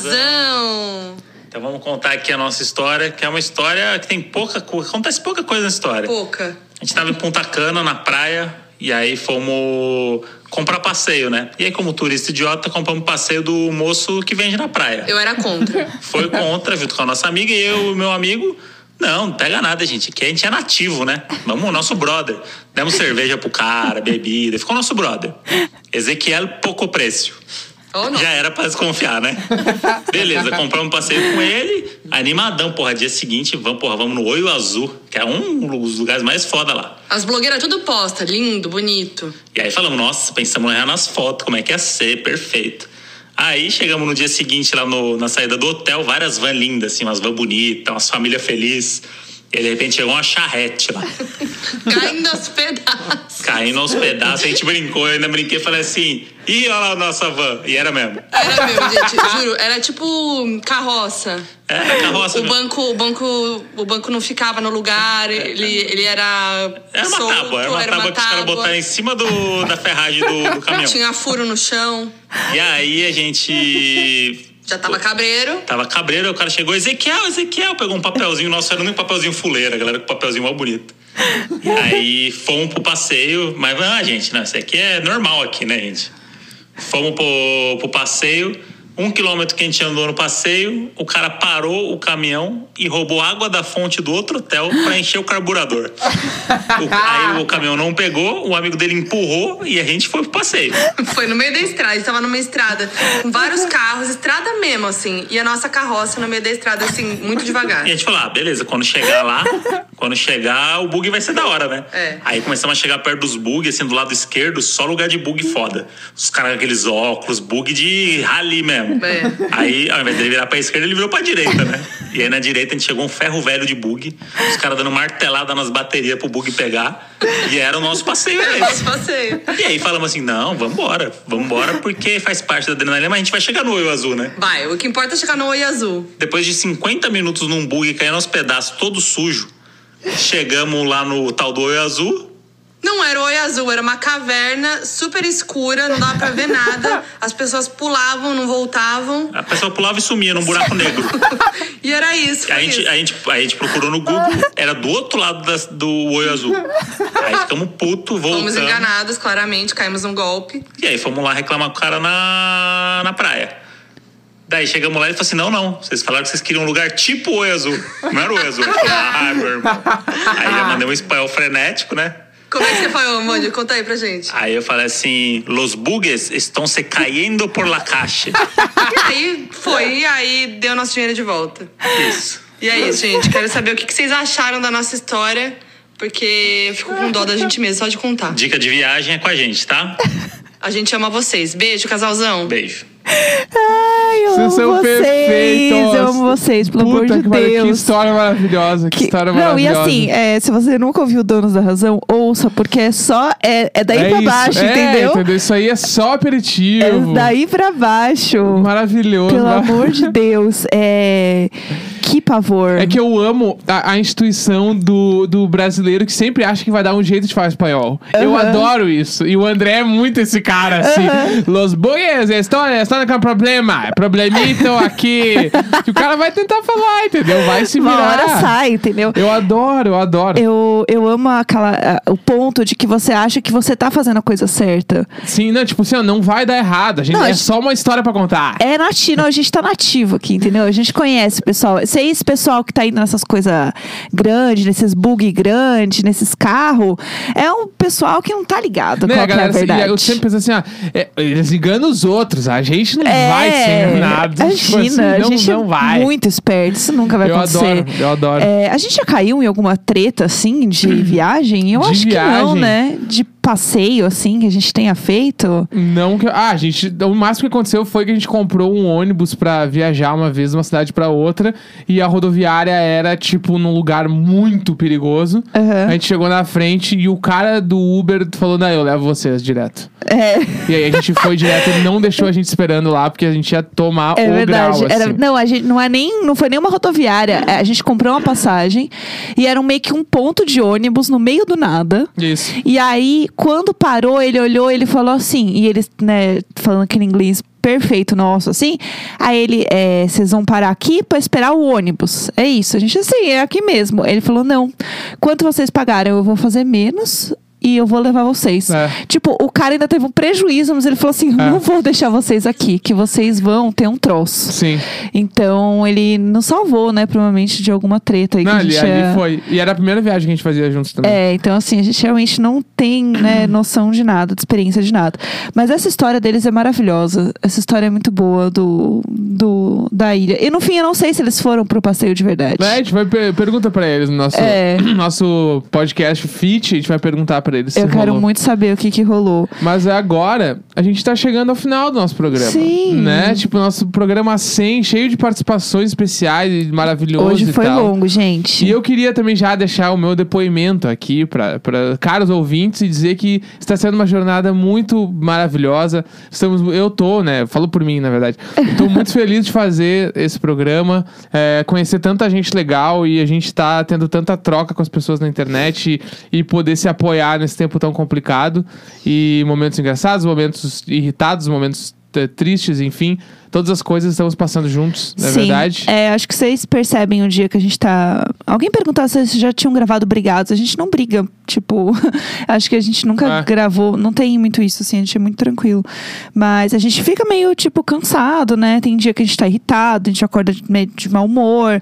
Razão. Então vamos contar aqui a nossa história, que é uma história que tem pouca coisa. Acontece pouca coisa na história. Pouca. A gente tava em Punta Cana, na praia, e aí fomos comprar passeio, né? E aí, como turista idiota, compramos passeio do moço que vende na praia. Eu era contra. Foi contra, junto com a nossa amiga, e eu e o meu amigo. Não, não pega nada, gente. Aqui a gente é nativo, né? Vamos, nosso brother. Demos cerveja pro cara, bebida. Ficou nosso brother. Ezequiel pouco preço. Ou não. Já era pra desconfiar, né? Beleza, compramos um passeio com ele. Animadão, porra. Dia seguinte, vamos, porra, vamos no Olho Azul, que é um dos lugares mais foda lá. As blogueiras tudo posta, lindo, bonito. E aí falamos, nossa, pensamos nas fotos, como é que ia ser, perfeito. Aí chegamos no dia seguinte lá no, na saída do hotel, várias vans lindas, assim, umas vans bonitas, umas famílias felizes. E de repente chegou uma charrete lá. Caindo aos pedaços. Caindo aos pedaços, a gente brincou, eu ainda brinquei e falei assim, ih, olha lá a nossa van. E era mesmo. Era meu, gente, juro. Era tipo carroça. É, carroça O mesmo. banco, o banco, o banco não ficava no lugar, ele, ele era Era uma solto, tábua, era uma tábua que os caras tábua. botaram em cima do, da ferragem do, do caminhão. Tinha furo no chão. E aí a gente... Já tava cabreiro. Tava cabreiro, o cara chegou, Ezequiel, Ezequiel, pegou um papelzinho, nosso era nem um papelzinho fuleira, a galera com um papelzinho mal bonito. E aí fomos pro passeio, mas, ah, gente, não, isso aqui é normal aqui, né, gente? Fomos pro, pro passeio, um quilômetro que a gente andou no passeio, o cara parou o caminhão e roubou água da fonte do outro hotel pra encher o carburador. O, aí o caminhão não pegou, o amigo dele empurrou e a gente foi pro passeio. Foi no meio da estrada, a gente tava numa estrada com vários carros, estrada mesmo, assim. E a nossa carroça no meio da estrada, assim, muito devagar. E a gente falou, ah, beleza, quando chegar lá, quando chegar, o bug vai ser da hora, né? É. Aí começamos a chegar perto dos bugs, assim, do lado esquerdo, só lugar de bug foda. Os caras com aqueles óculos, bug de rally mesmo. É. Aí, ao invés dele virar pra esquerda, ele virou pra direita, né? E aí na direita a gente chegou um ferro velho de bug, os caras dando martelada nas baterias pro bug pegar. E era o nosso passeio, Era o esse. nosso passeio. E aí falamos assim, não, vambora, vambora, porque faz parte da adrenalina, mas a gente vai chegar no Olho Azul, né? Vai, o que importa é chegar no Oi Azul. Depois de cinquenta minutos num bug caindo aos pedaços, todo sujo, chegamos lá no tal do Olho Azul. Não era o Oi Azul, era uma caverna super escura, não dava pra ver nada. As pessoas pulavam, não voltavam. A pessoa pulava e sumia num buraco negro. E era isso, foi A gente, isso. a, gente, a gente procurou no Google, era do outro lado das- do Olho Azul. Aí ficamos putos, voltamos. Fomos enganados, claramente, caímos num golpe. E aí fomos lá reclamar com o cara na, na praia. Daí chegamos lá e ele falou assim, não, não, vocês falaram que vocês queriam um lugar tipo o Olho Azul. Não era o Olho Azul. Eu falei, ah, meu irmão. Aí já mandei um espanhol frenético, né? Como é que você falou, Mandi? Conta aí pra gente. Aí eu falei assim, los bugs estão se caindo por la caixa. E aí foi, e aí deu nosso dinheiro de volta. Isso. E é isso, gente. Quero saber o que que vocês acharam da nossa história, porque eu fico com dó da gente mesmo, só de contar. Dica de viagem é com a gente, tá? A gente ama vocês. Beijo, casalzão. Beijo. Ai, eu Vocês amo são vocês. perfeitos. Eu amo vocês, pelo Puta amor de que pariu, que Deus. história maravilhosa, que, Que- história Não, e maravilhosa. assim, é, se você nunca ouviu Donos da Razão, ouça, porque é só. É, é daí é pra isso. baixo, é, entendeu? entendeu? Isso aí é só É aperitivo. daí pra baixo. Maravilhoso. Pelo mar- amor de Deus. É. Que pavor. É que eu amo a, a instituição do, do brasileiro que sempre acha que vai dar um jeito de falar espanhol. Uhum. Eu adoro isso. E o André é muito esse cara, assim. Uhum. Los bugues estão, estão com problema. Problemito aqui. Que o cara vai tentar falar, entendeu? Vai se virar. Uma hora sai, entendeu? Eu adoro, eu adoro. Eu, eu amo aquela, o ponto de que você acha que você tá fazendo a coisa certa. Sim, não, tipo assim, não vai dar errado. A gente, não, é só uma história pra contar. É nativo, a gente tá nativo aqui, entendeu? A gente conhece o pessoal. Se esse pessoal que tá indo nessas coisas grandes, nesses bug grandes, nesses carros, é um pessoal que não tá ligado, né, qual galera, que é a verdade. Eu sempre penso assim, ah, é, eles enganam os outros, a gente não é, vai ser enganado. Imagina, tipo assim, a não, gente não vai. é muito esperto, isso nunca vai eu acontecer. Eu adoro, eu adoro. É, a gente já caiu em alguma treta, assim, de viagem? Eu de acho viagem. que não, né? De passeio, assim, que a gente tenha feito? Não, que... Ah, a gente... O máximo que aconteceu foi que a gente comprou um ônibus pra viajar uma vez de uma cidade pra outra. E a rodoviária era, tipo, num lugar muito perigoso. Uhum. A gente chegou na frente e o cara do Uber falou, não, eu levo vocês direto. É. E aí a gente foi direto e não deixou a gente esperando lá, porque a gente ia tomar é o verdade. grau, assim. Era, não, a gente não, é nem, não foi nem uma rodoviária. A gente comprou uma passagem e era um, meio que um ponto de ônibus no meio do nada. Isso. E aí, quando parou, ele olhou, ele falou assim, e eles, né, falando aquele inglês perfeito nosso, assim, aí ele, é, vocês vão parar aqui pra esperar o ônibus. É isso, a gente, assim, é aqui mesmo. Ele falou, não, quanto vocês pagaram? Eu vou fazer menos e eu vou levar vocês. É. Tipo, o cara ainda teve um prejuízo, mas ele falou assim, é. não vou deixar vocês aqui, que vocês vão ter um troço. Sim. Então, ele nos salvou, né, provavelmente, de alguma treta aí. Não, que ali, a gente ali é... foi. E era a primeira viagem que a gente fazia juntos também. É, então assim, a gente realmente não tem, né, noção de nada, de experiência de nada. Mas essa história deles é maravilhosa. Essa história é muito boa do, do, da ilha. E no fim, eu não sei se eles foram pro passeio de verdade. É, a gente vai per- pergunta pra eles no nosso, é. nosso podcast Fit, a gente vai perguntar pra eles se Eu quero rolou. muito saber o que que rolou. Mas agora, a gente tá chegando ao final do nosso programa. Sim. Né? Tipo, nosso programa cem, cheio de participações especiais e maravilhoso Hoje e foi tal. longo, gente. E eu queria também já deixar o meu depoimento aqui pra, pra caros ouvintes e dizer que está sendo uma jornada muito maravilhosa. Estamos, eu tô, né? Falo por mim, na verdade. Tô muito feliz de fazer esse programa, é, conhecer tanta gente legal e a gente tá tendo tanta troca com as pessoas na internet e, e poder se apoiar nesse tempo tão complicado. E momentos engraçados, momentos irritados, momentos t- tristes, enfim. Todas as coisas estamos passando juntos, não é Sim, verdade? É, acho que vocês percebem um dia que a gente tá... Alguém perguntou se vocês já tinham gravado brigados. A gente não briga, tipo... acho que a gente nunca é. gravou... Não tem muito isso, assim, a gente é muito tranquilo. Mas a gente fica meio, tipo, cansado, né? Tem dia que a gente tá irritado, a gente acorda meio de mau humor.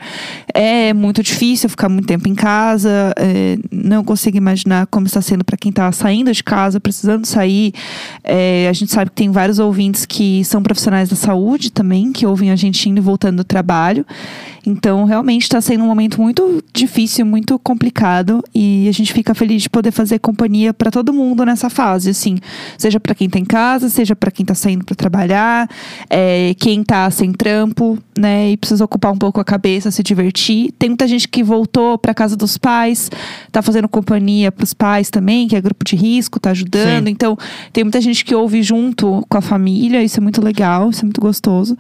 É muito difícil ficar muito tempo em casa. É, não consigo imaginar como está sendo pra quem tá saindo de casa, precisando sair. É, a gente sabe que tem vários ouvintes que são profissionais da saúde também, que ouvem a gente indo e voltando do trabalho. Então, realmente está sendo um momento muito difícil, muito complicado. E a gente fica feliz de poder fazer companhia para todo mundo nessa fase, assim. Seja para quem tá em casa, seja para quem tá saindo para trabalhar, é, quem tá sem trampo, né? E precisa ocupar um pouco a cabeça, se divertir. Tem muita gente que voltou para casa dos pais, tá fazendo companhia pros pais também, que é grupo de risco, tá ajudando. Sim. Então, tem muita gente que ouve junto com a família. Isso é muito legal, isso é muito gostoso.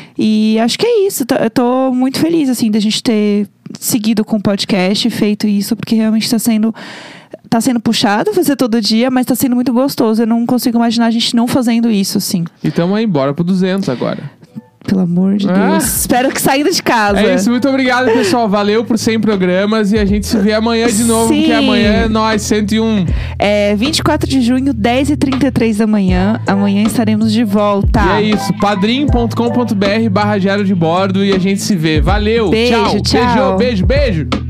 E acho que é isso. Eu tô muito feliz, assim, da gente ter seguido com o podcast, feito isso, porque realmente tá sendo... Tá sendo puxado fazer todo dia, mas tá sendo muito gostoso. Eu não consigo imaginar a gente não fazendo isso, assim. E tamo aí embora pro duzentos agora. Pelo amor de ah. Deus. Espero que saindo de casa. É isso, muito obrigado, pessoal. Valeu por cem programas e a gente se vê amanhã de novo, Sim. porque amanhã é nós, cento e um. É vinte e quatro de junho, dez e trinta e três da manhã. Amanhã estaremos de volta. E é isso, padrim ponto com ponto b r barra diário de bordo e a gente se vê. Valeu, beijo, tchau. tchau. Beijo, beijo, beijo.